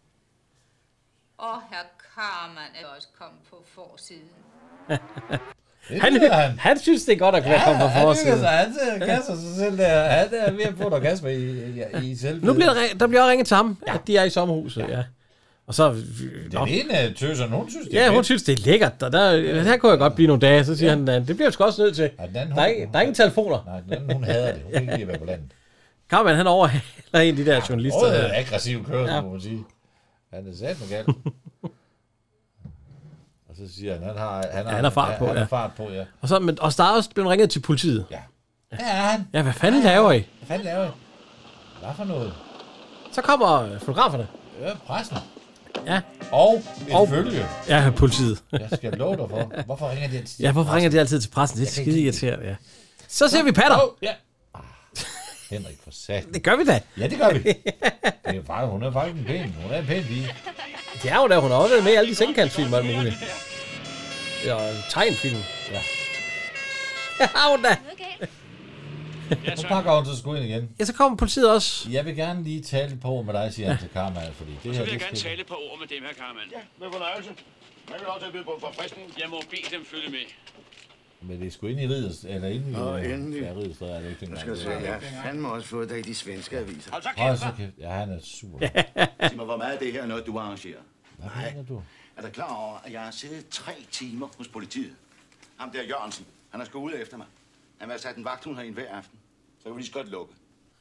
Og herr Karmann er også kommet på forsiden. han, han. han synes, det er godt at kunne ja, komme på forsiden. Han, han kasser sig selv der. Han er ved at få et orgasme i, i, i selv. Nu bliver der, der bliver ringet til ham, ja. At de er i sommerhuset, ja. ja. Og så... Den ene tøser, hun synes, det er Ja, hun fedt. synes, det er lækkert. Og der, her kunne jeg godt blive nogle dage. Så siger ja. han, det bliver jeg sgu også nødt til. Ja, den anden, der, er ikke, der er ingen telefoner. Nej, den anden, hun hader det. Hun kan ikke lide at være på landet. Karmann, han overhaler en af de der ja, journalister. Åh, det er aggressiv kørsel, ja. må man sige. Han er sat med galt. Og så siger han, han har, han har, ja, han har fart på, han ja. har fart på, ja. Og så, men, og der er også blevet ringet til politiet. Ja. Ja, han. Ja, hvad fanden laver I? Hvad fanden laver I? Hvad for noget? Så kommer fotograferne. Ja, pressen. Ja. Og et følge. Ja, politiet. Jeg skal love dig for. Hvorfor ringer de altid til Ja, hvorfor pressen? ringer de altid til pressen? Det er skide irriterende, ja. Så ser vi patter. Oh, ja. Ah, Henrik, for satan. Det gør vi da. Ja, det gør vi. Det er faktisk, hun er faktisk en pæn. Hun er en pæn pige. Det er jo da, hun har også været med i alle de sengkantsfilm og alt muligt. Ja, tegnfilm. Ja. Ja, hun da. Så pakker hun så sgu ind igen. Ja, så kommer politiet også. Jeg vil gerne lige tale et par ord med dig, siger han til Karmann, fordi det Så her... vil jeg det gerne skal- tale et par ord med dem her, Karmann. Ja, med fornøjelse. Man vil også have byde på en forfriskning. Jeg må bede dem følge med. Men det er sgu inde i Riders, eller inde i... Nå, endelig. Ja, Riders, er det ikke Nu dengang. skal du se, jeg har fandme også fået dig i de svenske aviser. Hold så Hold kæft, så hva'? kæft. Ja, han er super. Sig mig, hvor meget af det her er noget, du arrangerer? Hvad mener du? Er du klar over, at jeg har siddet tre timer hos politiet? Ham der Jørgensen, han har skudt ud efter mig. Han har sat en vagthund herinde hver aften. Så kan vi lige så godt lukke.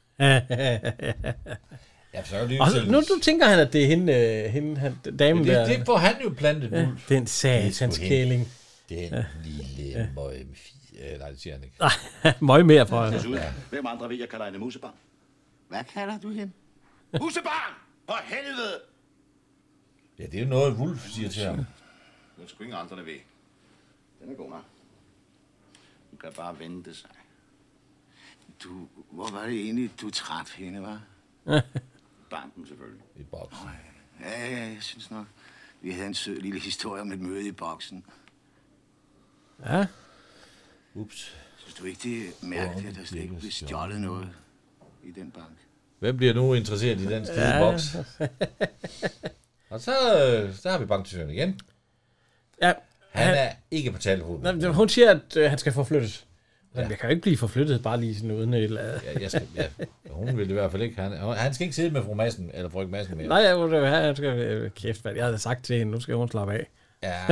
Ja, så er det jo Og selv... nu, nu tænker han, at det er hende, øh, hende han, damen Ja, der. det, det får han jo plantet Ja, ud. den satans kæling. Den Ja. lille Ja. møgfi... Nej, det siger han ikke. Nej, møg mere for hende. Desuden, hvem andre ved, jeg kalder hende musebarn? Hvad kalder du hende? Musebarn! For helvede! Ja, det er jo noget, Wulf siger til ham. Det er sgu ingen andre, der ved. Den er god nok. Du kan bare vente sig. Du, hvor var det egentlig, du traf hende, var? Banken selvfølgelig. I boksen. Ja, ja, jeg synes nok. Vi havde en sød lille historie om et møde i boksen. Ja. Ups. Synes du ikke, det er mærkeligt, at der slet ikke blev stjålet noget i den bank? Hvem bliver nu interesseret i den skide Ja. boks? Og så, så har vi bankdirektøren igen. Ja. Han er ikke på telefonen. Nej, men hun siger, at øh, han skal forflyttes. Men ja. Jeg kan jo ikke blive forflyttet, bare lige sådan uden et eller andet. Ja, jeg skal, ja. Hun vil det i hvert fald ikke. Han, han skal ikke sidde med fru Madsen, eller fru Madsen mere. Nej, jeg må det have, han skal, øh, kæft, hvad jeg havde sagt til hende, nu skal hun slappe af. Ja.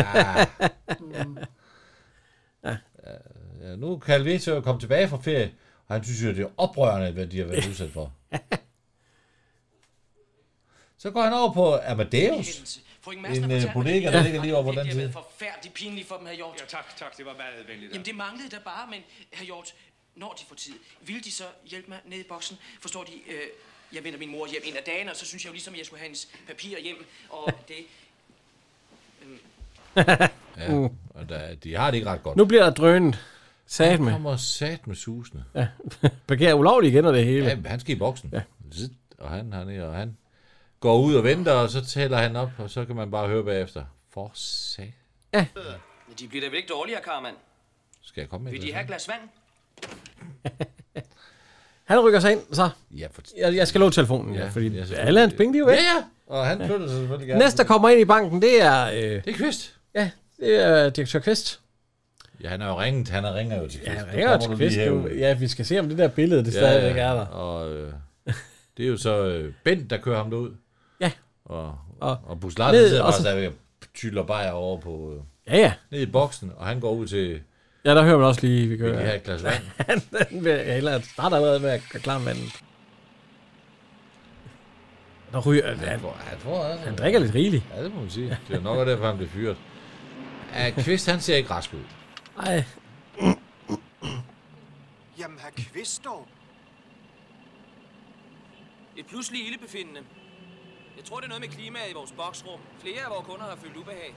ja. ja nu kan Alvetø jo komme tilbage fra ferie, og han synes jo, det er oprørende, hvad de har været udsat for. Så går han over på Amadeus. En uh, bodega, der ligger lige over på den Det side. har været forfærdeligt pinligt for dem, herr Hjort. Ja, tak, tak. Det var meget venligt. Jamen, det manglede der bare, men herr Hjort, når de får tid, vil de så hjælpe mig ned i boksen? Forstår de, øh, jeg venter min mor hjem en af dagene, og så synes jeg jo ligesom, jeg skulle have hendes papirer hjem, og det... Øhm, Ja, og der, de har det ikke ret godt. Nu bliver der drønet. Sat Nu med. kommer sat med susene. Ja. Parkerer ulovligt igen og det hele. Ja, han skal i boksen. Ja. Zit, og han, han, og han går ud og venter, og så tæller han op, og så kan man bare høre bagefter. For sat. Ja. de bliver da vel ikke dårligere, Karmann? Skal jeg komme med Vil det? de have et glas vand? Han rykker sig ind, så. Ja, for... jeg, jeg skal låne telefonen, ja, Ja, fordi ja, alle hans penge, de er jo væk. Ja, ja. Og han flytter sig selvfølgelig gerne. Næste, der kommer ind i banken, det er... Øh, Det er Kvist. Ja, det er direktør Kvist. Ja, han er jo ringet. Han er ringer jo til Kvist. Ja, Nu ringer kommer til du lige Kvist. herud. Jo. Ja, vi skal se, om det der billede, det stadigvæk er der. Og øh, det er jo så øh, Bent, der kører ham derud. Ja. Og, Og og, og Bus Larsen ned, sidder og bare så- stadigvæk og tyller bajer over på... Øh, Ja, ja. Ned i boksen, og han går ud til... Ja, der hører man også lige, vi gør. Vil de have et glas vand? Han vil hellere starte allerede med at gøre klar med vandet. Der ryger... Han, Han, får, han, får, altså, han drikker lidt rigeligt. Ja, det må man sige. Det er nok derfor, han blev fyret. Ja, Kvist, han ser ikke rask ud. Ej. Jamen, herr Kvist dog. Et pludseligt ildebefindende. Jeg tror, det er noget med klimaet i vores boksrum. Flere af vores kunder har følt ubehag.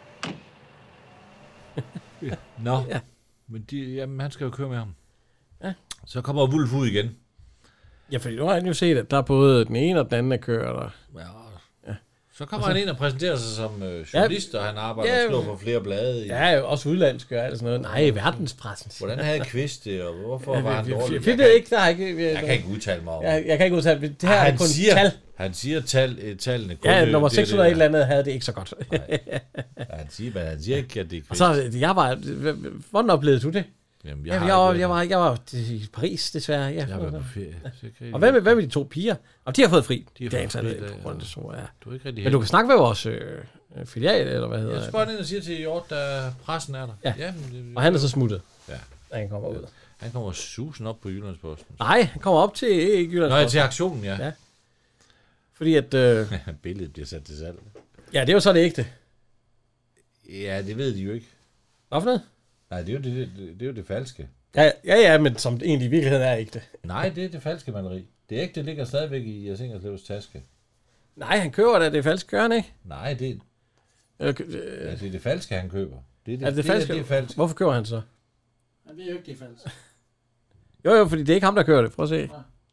Nå, ja. Men de, jamen, han skal jo køre med ham. Ja. Så kommer Wulf ud igen. Ja, fordi nu har han jo set, at der er både den ene og den anden, der kører der. Ja. Ja. Så kommer han ind og præsenterer sig som øh, journalist, ja. Og han arbejder Ja, og slår på flere blade. I. Ja, jo, også udlandsk og alt sådan noget. Nej, verdenspressen. Hvordan havde Kvist det, og hvorfor var han jeg, dårlig? jeg, jeg, jeg, ikke, der er ikke, jeg kan ikke udtale mig om jeg, jeg kan ikke udtale det. Det her han er kun siger, tal. Han siger tal, øh, tallene. Kun, Ja, øh, nummer det er seks hundrede det, et eller andet havde det ikke så godt. Ja, han siger, men han siger ikke, at det er Og Kvist. så, jeg var... Hvordan oplevede du det? Jamen, jeg, jeg, jeg, har var, ikke jeg, var, jeg var i Paris, desværre. Ja. Jeg har været på ferie. Så kan jeg- Og hvad med, hvad med de to piger? Og de har fået fri. De har dagens fået fri, anledning da- på grund af det, så, ja. Du er ikke rigtig Men du kan snakke med vores øh, filial, eller hvad hedder Jeg skal bare ind og sige til Hjort, der pressen er der. Ja. Jamen, det, Og han er så smuttet, Ja. da han kommer ud. Han kommer susen op på Jyllandsposten. Nej, han kommer op til ikke Jyllands Nå, ja, Posten. til aktionen, ja. Ja. Fordi at... Øh, Billedet bliver sat til salg. ja, det er jo så det ægte. Ja, det ved de jo ikke. Hvad for noget? Nej, det er jo det, det, det, er jo det falske. Ja, ja, ja, men som egentlig i virkeligheden er ægte. Nej, det er det falske maleri. Det ægte ligger stadigvæk i Jes Ingerslevs taske. Nej, han køber da det falske, gør han ikke? Nej, det, Øh, øh, ja, det er det falske, han køber. Det er det, er det, det falske? Det er falske. Hvorfor køber han så? Han ved jo ikke, det er falsk. Jo, jo, fordi det er ikke ham, der kører det. Prøv at se.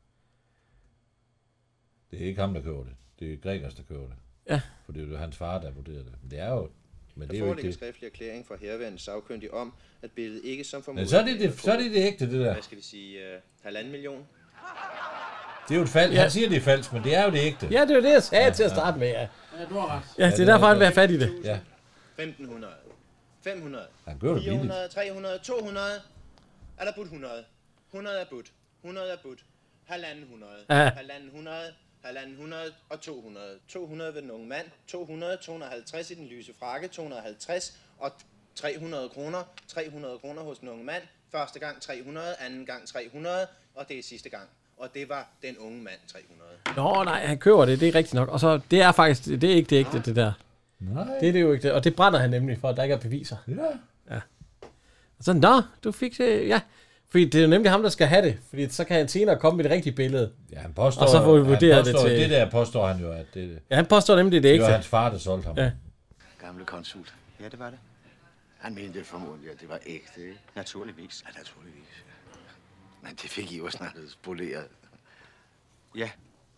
Det er ikke ham, der kører det. Det er Gregers, der kører det. Ja. For det er jo hans far, der vurderer det. Men det er jo... Men det er Der jo foreligger ikke det. skriftlig erklæring fra herværende sagkyndig om, at billedet ikke som formodet... Men så er det det, så er det, det ægte, det der. Hvad skal vi sige? Uh, halvanden million? Det er jo et fald. Ja. Han siger, det er falsk, men det er jo det ægte. Ja, det er jo det, jeg sagde Ja, til at ja. starte med, ja. Ja, du har ret. Ja, det er derfor, han vil have fat i det. Ja. femten hundrede. fem hundrede. Han gør det fire billigt. hundrede, tre hundrede, to hundrede. Er der budt hundrede? hundrede er budt. hundrede er budt. Halvanden hundrede. Ja. Halvanden hundrede. Halvanden hundrede og to hundrede. to hundrede ved den unge mand. to hundrede, to hundrede og halvtreds i den lyse frakke. to hundrede og halvtreds og tre hundrede kroner. tre hundrede kroner hos den unge mand. Første gang tre hundrede, anden gang tre hundrede, og det er sidste gang. Og det var den unge mand tre hundrede. Nå, nej, han køber det, det er rigtigt nok. Og så, det er faktisk, det er ikke det ægte, det der. Nej. Det er det jo ikke det. Og det brænder han nemlig for, at der ikke er beviser. Ja. Ja. Og så, nå, du fik det, ja. Fordi det er jo nemlig ham, der skal have det. Fordi så kan han senere komme med det rigtige billede. Ja, han påstår, og så får vi vurdere han det påstår, til... det der påstår han jo, at det... Ja, han påstår nemlig, det er Det ægte. var hans far, der solgte ham. Ja. Gamle konsul. Ja, det var det. Han mente formodentlig, at det var ægte, ikke? Naturligvis. Ja, naturligvis. Ja. Men det fik I jo snart spoleret. Ja.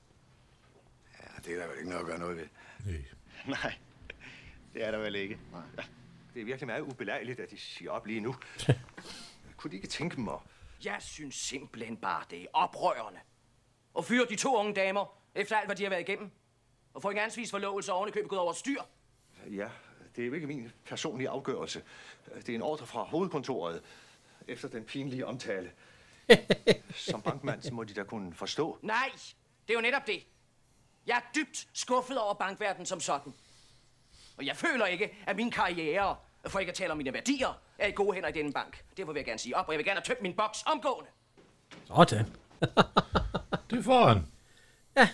Ja, det er der vel ikke noget at gøre noget ved. Nej. Nej, det er der vel ikke. Ja. Det er virkelig meget ubelejligt, at de siger op lige nu. Kunne de ikke tænke dem at... Jeg synes simpelthen bare, det er oprørende. Og fyre de to unge damer, efter alt, hvad de har været igennem. Og få en gansvis forlovelse og ovenikøbet gået over styr. Ja, det er jo ikke min personlige afgørelse. Det er en ordre fra hovedkontoret efter den pinlige omtale. Som bankmand så må de da kunne forstå. Nej, det er jo netop det. Jeg er dybt skuffet over bankverdenen som sådan. Og jeg føler ikke, at min karriere, for ikke at tale om mine værdier, er i gode hænder i denne bank. Derfor vil jeg gerne sige op, og jeg vil gerne have tømt min boks omgående. Sådan. Det får han. Ja.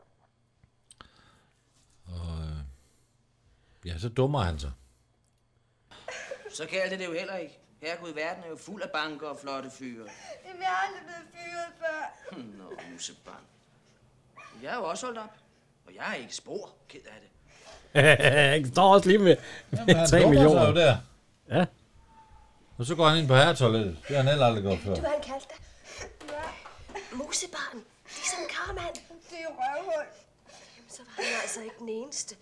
Og, øh, ja, så dummer han sig. Så galt er det jo heller ikke. Herregud, verden er jo fuld af banker og flotte fyre. Jamen, jeg er aldrig blevet fyret før. Nå, musebarn. Jeg er jo også holdt op. Og jeg er ikke spor ked af det. Han står også lige med Jamen, han tre dummer sig millioner. jo der. Ja. Og så går han ind på herretoilettet. Det har han heller aldrig gjort før. Du har han kaldt dig. Musebarn. Ligesom Karmand. Det er jo røvhul. Jamen, så var han altså ikke den eneste.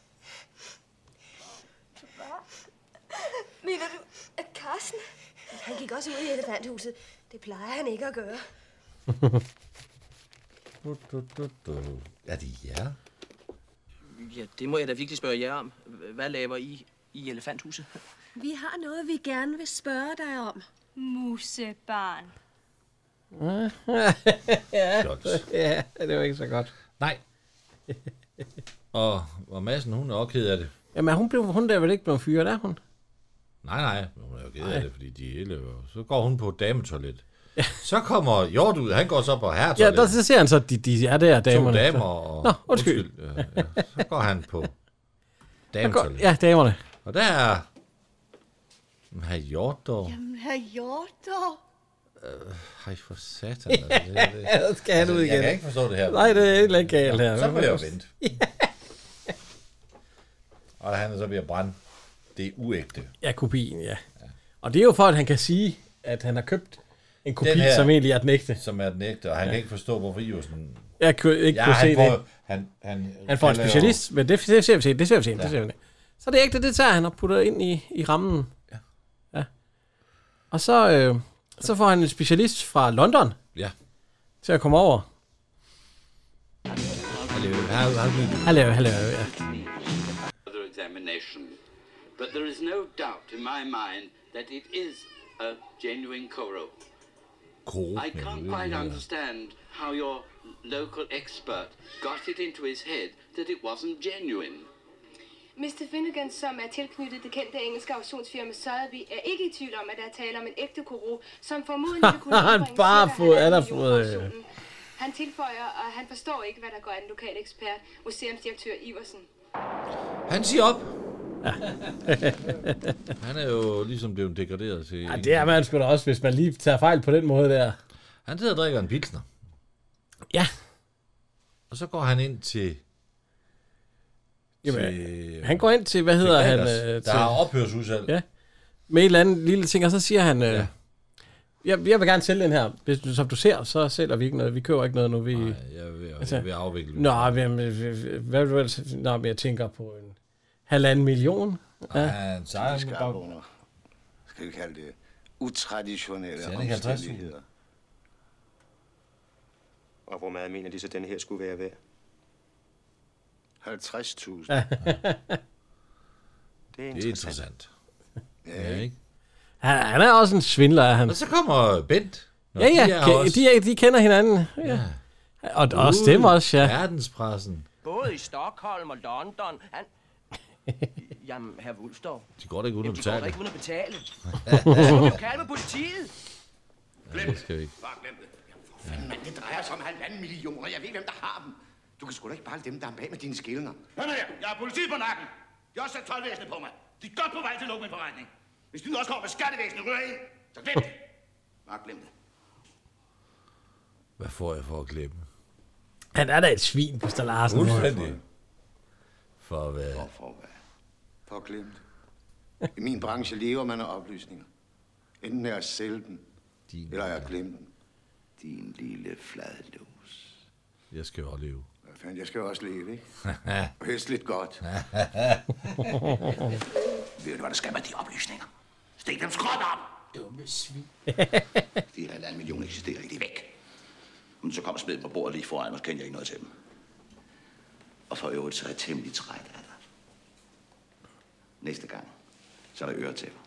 Hvad? Mener du, at Carsten? Han gik også ud i elefanthuset. Det plejer han ikke at gøre. Er det jer? Ja, det må jeg da virkelig spørge jer om. Hvad laver I i elefanthuset? Vi har noget, vi gerne vil spørge dig om. Musebarn. ja. Sjovt. ja, det var ikke så godt. Nej. Og, og Madsen, hun er også ked af det. Jamen, hun, blev, hun der vel ikke blevet fyret, er hun? Nej, nej, hun er jo ked af det, fordi de hele jo... Så går hun på dametoilet. Ja. Så kommer Hjort ud, han går så på herretoilet. Ja, der så ser han så, at de, de er der, damerne. To damer og... Nå, undskyld. undskyld ja, ja. Så går han på dametoilet. Ja, damerne. Og der er... Herr Hjort dog. Jamen, herr Hjorter. Øh, hej for satan. Altså, det, det. Ja, så skal han ud igen. Jeg kan ikke forstå det her. Nej, det er et eller andet galt her. Så må jeg jo vente. Og han er så ved at brænde. Det er uægte. Ja, kopien, ja. ja. Og det er jo for, at han kan sige, at han har købt en kopi, her, som egentlig er den ægte. Som er den ægte, og han ja. kan ikke forstå, hvorfor I jo sådan... Jeg kunne ikke ja, kunne han se får, det. Han, han, han får en specialist, men det, det ser vi til, det ser vi til, ja. det ser vi til. Så det ægte, det tager han og putter ind i, i rammen. Ja. ja. Og så, øh, så får han en specialist fra London. Ja. Til at komme over. Hallo, hallo, hallo, hallo, ja. Further examination, but there is no doubt in my mind that it is a genuine Koro. Koro. I can't quite understand how your local expert got it into his head that it wasn't genuine. mister Finnegan, som er tilknyttet det kendte engelske auktionsfirma Sotheby, er ikke i tvivl om, at der taler om en ægte Koro, som formodentlig vil kunne han bare fået, han har fået... Han tilføjer, og han forstår ikke, hvad der går af den lokale ekspert, museumsdirektør Iversen. Han siger op. Ja. Han er jo ligesom blevet degraderet til... Ja, det er man sgu da også, hvis man lige tager fejl på den måde der. Han sidder og drikker en pilsner. Ja. Og så går han ind til... Jamen, til han går ind til, hvad hedder han? Øh, der til, har ophørsudsalg. Ja. Med en eller anden lille ting, og så siger han... Øh, ja. Jeg, jeg vil gerne sælge den her. Hvis, som du ser, så sælger vi ikke noget. Vi køber ikke noget nu. Vi, Nej, jeg vil, altså, jeg vil afvikle. Nå, men, hvad vil du Nå, men jeg tænker på en halvanden million. Ja, ja så er skal under. Skal vi kalde det utraditionelle halvtreds omstændigheder. Og hvor meget mener de så, denne her skulle være værd? halvtreds tusind. Det er interessant. Det er interessant. Ja, ikke? Han, han er også en svindler af han. Og så kommer Bent. Ja, ja, de, også... de, de kender hinanden. Ja. Ja. Og, og stemmer også, ja. Verdenspressen. Både i Stockholm og London. Han... Jamen, herr Wulfstorff. De går da ikke uden at betale. De går da ikke uden at betale. Så må vi jo kalde med politiet. Glem det. Skal vi ikke. Bare glem det. For fanden, mand, det drejer sig om halvanden millioner. Jeg ved, hvem der har dem. Du kan sgu da ikke bare dem, der er bag med dine skillinger. Hør nu her, jeg har politi på nakken. Jeg har også sat toldvæsenet på mig. De er godt på vej til at lukke min forretning. Hvis de nu også kommer med skattevæsenet rører ind, så glem det. Bare glem det. Hvad får jeg for at glemme? Han er da et svin, Buster Larsen. Fuldstændig. For hvad? For, for hvad? For at glemme det. I min branche lever man af oplysninger. Enten er jeg sælge dem, Din eller jeg glemme dem. Din lille fladlås. Jeg skal jo også leve. Hvad fanden, jeg skal jo også leve, ikke? Og helst lidt godt. Ved du, hvad der skal med de oplysninger? Stik dem skråt op! Dumme svin. De halvanden million eksisterer ikke, de er væk. Men så kommer smidt på bordet lige foran, og så kender jeg ikke noget til dem. Og for øvrigt, så er jeg temmelig træt af dig. Næste gang, så er der øretæpper.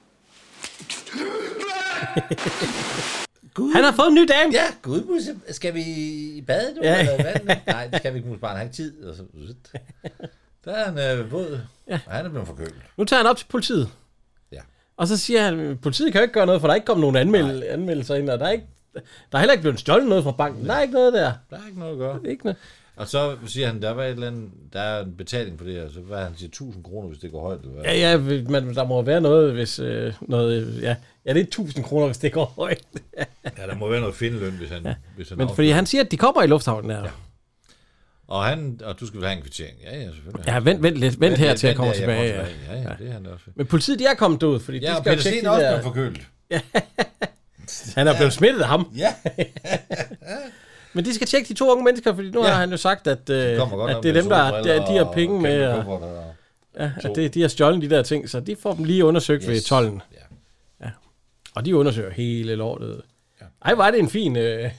Gud. Han har fået en ny dame. Ja, gud, skal vi i bad nu? Ja. Eller hvad? Nej, det skal vi ikke, Musbarn. Han har ikke tid. Og så, der er en øh, båd, ja. Og han er blevet forkølet. Nu tager han op til politiet. Ja. Og så siger han, politiet kan jo ikke gøre noget, for der er ikke kommet nogen anmeld- anmeldelser ind, og der er, ikke, der er heller ikke blevet stjålet noget fra banken. Der er ikke noget der. Der er ikke noget at gøre. Ikke noget. Og så siger han, der var et eller andet, der er en betaling på det her, så hvad han siger, tusind kroner, hvis det går højt. Eller hvad? Ja, ja, men der må være noget, hvis øh, noget, ja, ja, det er tusind kroner, hvis det går højt. Ja, der må være noget findeløn, hvis han... Ja. Hvis han men fordi han siger, at de kommer i lufthavnen der. Ja. Og han, og du skal vel have en kvittering. Ja, ja, selvfølgelig. Ja, vent, vent lidt, vent, vent her til at komme tilbage. tilbage. Ja, ja, ja, det er han også. Men politiet, de er kommet ud, fordi ja, de skal jo tjekke de også der... forkølet. Ja. Han er blevet smittet af ham. Ja. Men de skal tjekke de to unge mennesker, fordi nu ja. har han jo sagt, at, øh, de at det er dem, der er, de, de har penge med. Og, og, ja, at det, de har stjålet de der ting, så de får dem lige undersøgt yes. ved tolden. Ja. Ja. Og de undersøger hele lortet. Ja. Ej, var det en fin... Øh...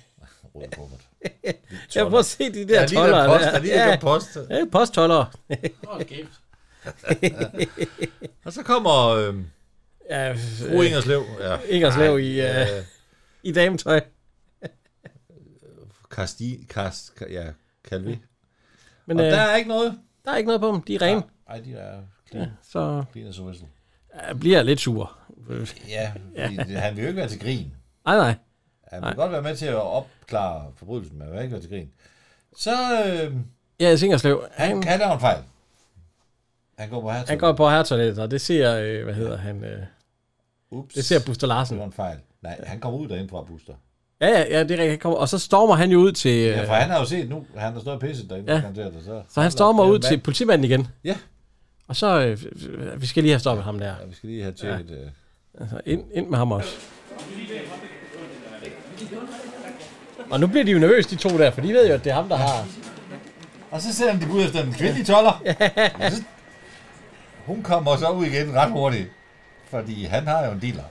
Jeg prøver at se de der toller. Der er lige der post. Ja, posttoller. Hold kæft. Og så kommer øh, ja, fru Ingerslev. Ja. Ingerslev i, øh, øh, i dametøj. Kasti, Kast, ja, Calvi. Men og øh, der er ikke noget. Der er ikke noget på dem. De er rene. Nej, de er clean. Ja, så clean as a whistle. Jeg bliver lidt sur. Ja, ja. Han vil jo ikke være til grin. Nej, nej. Han vil nej. godt være med til at opklare forbrydelsen, men han vil ikke være til grin. Så... Øh, ja, Ingerslev. Han, han kan lave en fejl. Han går på hertoilettet. Han går på hertoilettet, og det ser, øh, hvad hedder han? Øh, Ups. Det ser Buster Larsen. Det var en fejl. Nej, han kommer ud derinde fra Buster. Ja, ja, ja, det er rigtigt. Og så stormer han jo ud til... Ja, for han har jo set nu, han har stået og pisset derinde. Ja. Han der, så, så han stormer ud til politimanden igen. Ja. Og så, øh, vi skal lige have stoppet ham der. Ja, vi skal lige have tjekket... Ja. Øh. Altså, ind, ind med ham også. Og nu bliver de jo nervøse, de to der, for de ved jo, at det er ham, der har... Og så sender de ud efter en kvindelig toller. Ja. Så, hun kommer så ud igen ret hurtigt, fordi han har jo en dealer.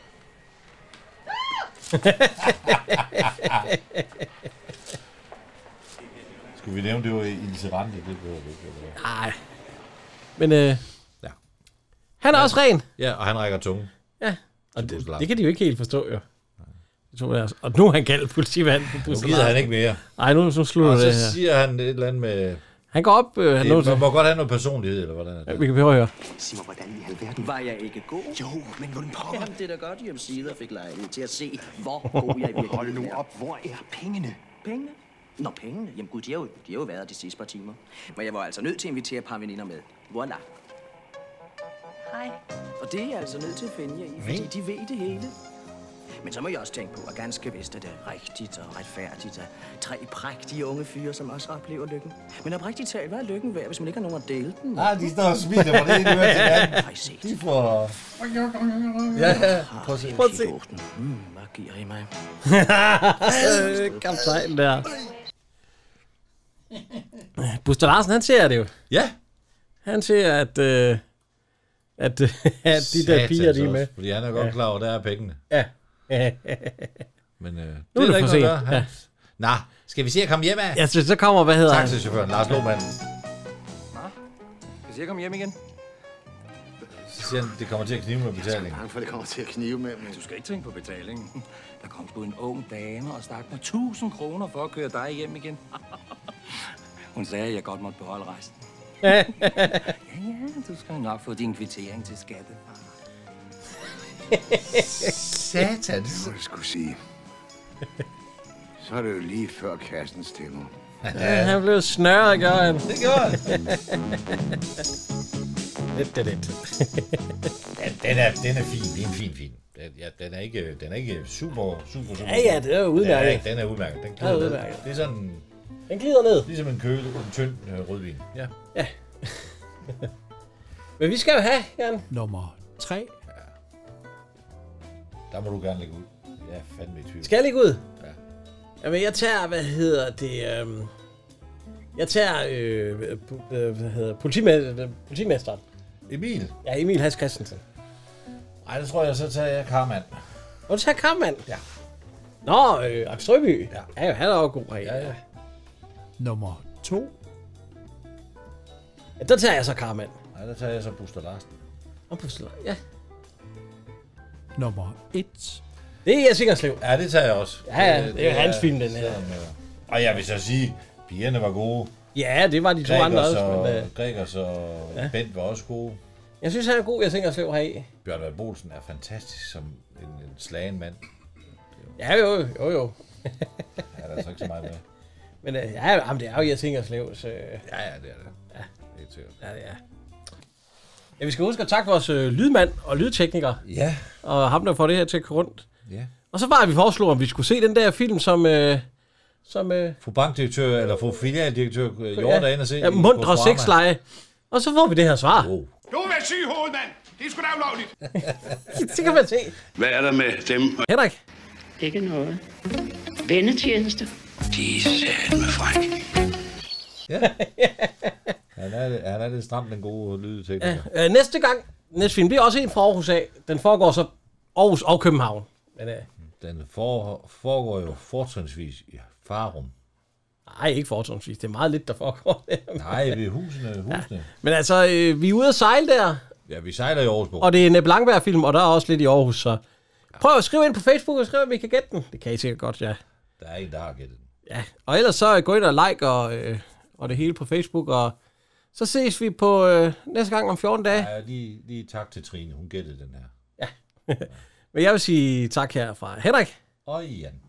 Skulle vi nævne, det var Ilse Rante? Det behøver vi ikke. Nej. Men øh, ja. Han er ja. også ren. Ja, og han rækker tunge. Ja, og det, det kan de jo ikke helt forstå, jo. Og nu er han kaldt politimanden. Nu gider han ikke mere. Nej, nu, nu slutter det her. Og så siger han et eller andet med... Han går op... Øh, han det, man må godt have noget personlighed, eller hvordan er det? Ja, vi kan prøve at høre. Sig mig, hvordan i alverden var jeg ikke god? Jo, men hvordan pokker? Jamen, det er da godt, at Sider fik lejlighed til at se, hvor god jeg i virkeligheden Hold nu op, hvor er pengene? Pengene? Nå, pengene? Jamen gud, de har jo, de har jo været de sidste par timer. Men jeg var altså nødt til at invitere et par veninder med. Voilà. Hej. Og det er jeg altså nødt til at finde jer i, fordi de ved det hele. Men så må jeg også tænke på, at ganske vist er det rigtigt og retfærdigt, at tre prægtige unge fyre som os oplever lykken. Men oprigtigt talt, hvad er lykken værd, hvis man ikke har nogen at dele den? Ah, de står og smiler fra det ene øre til det andet. Har I set? De får... Ja, ja. Prøv at se. Prøv at se. Hmm, hvad giver I mig? Kaptajnen der. Buster Larsen, han ser det jo. Ja. Han ser, at, øh, at, at de der piger, de er med. Fordi han er godt ja. klar over, der er pengene. Ja. Men øh, nu er det, det for sent. Ja. Nå, skal vi se at komme hjem af? Ja, så, så kommer, hvad hedder han? Taxichaufføren, Lars Lohmann. Nå, skal vi se at komme hjem igen? Så siger han, det kommer til at knive med betalingen. Jeg er bange for, det kommer til at knive med. Men... Du skal ikke tænke på betalingen. Der kom sgu en ung dame og stak mig tusind kroner for at køre dig hjem igen. Hun sagde, at jeg godt måtte beholde resten. ja, ja, du skal nok få din kvittering til skattefar. Satan. Det må jeg skulle sige. Så er det jo lige før kassen stemmer. Ja, han blev snørret, gør han. Det gjorde han. Lidt, lidt, lidt. den, den, er, den er fin. Det er en fin film. Den, ja, den, er ikke, den er ikke super, super, super. Ja, ja, det er jo udmærket. Den er, den er udmærket. Den glider ned. Det er sådan... Den glider ned. Ligesom en køle, en tynd øh, rødvin. Ja. Ja. Men vi skal jo have, Jan. Nummer tre. Ja. Der må du gerne lægge ud. Jeg er fandme i tvivl. Skal jeg lægge ud? Ja. Jamen, jeg tager, hvad hedder det... Øhm, jeg tager, øh, øh, hvad hedder politimesteren. politimesteren. Emil? Ja, Emil Hans Christensen. Ej, det tror jeg, så tager jeg Karmand. Og du tager Karmand? Ja. Nå, øh, Axel Strøby. Ja. Ja, han er jo god regel. Ja, ja. Nummer to. Ja, der tager jeg så Karmand. Nej, der tager jeg så Buster Larsen. Og Buster Larsen, ja. Nummer et. Det er Jes Ingerslev. Ja, det tager jeg også. Ja, ja, det, det er hans film, den her. Og jeg vil så sige, pigerne var gode. Ja, det var de to Gregers andre også. Og, men, uh... Gregers og ja. Bent var også gode. Jeg synes, han er god, Jes Ingerslev heri. Bjørn Vald Bolsen er fantastisk som en, en slagen mand. Ja, jo, jo, jo. Ja, der er så ikke så meget med. Men uh, ja, jamen, det er jo Jes Ingerslev, så... Ja, ja, det er det. Ja, det er sikkert. Ja, det er. Ja, vi skal huske at takke vores øh, lydmand og lydtekniker. Ja. Og ham, der får det her til at køre rundt. Ja. Og så var det, vi foreslog, om vi skulle se den der film, som... Øh, som øh, fru bankdirektør, eller fru filialdirektør Hjort er inde og se. Ja, mundre sexleje. Og så får vi det her svar. Oh. Du er vel syg, hovedmand. Det er sgu da ulovligt. Det kan man se. Hvad er der med dem? Henrik? Ikke noget. Vennetjeneste. De er sat med fræk. Ja. Han er, han er lidt stramt, den gode lydtekniker. Ja, øh, næste gang, næste film, det er også en fra Aarhus af. Den foregår så Aarhus og København. Men, øh, den for, foregår jo fortrinsvis i Farum. Nej, ikke fortrinsvis. Det er meget lidt, der foregår der. Nej, ved husene. husene. Ja. Men altså, øh, vi er ude at sejle der. Ja, vi sejler i Aarhus. Og det er en Ebbe Langberg-film, og der er også lidt i Aarhus, så... Prøv at skrive ind på Facebook og skrive, om I kan gætte den. Det kan I sikkert godt, ja. Der er en, der har gættet den. Ja, og ellers så gå ind og like og, øh, og det hele på Facebook, og så ses vi på øh, næste gang om fjorten dage. Ja, lige, lige tak til Trine. Hun gættede den her. Ja. Men jeg vil sige tak her fra Henrik. Og Jan.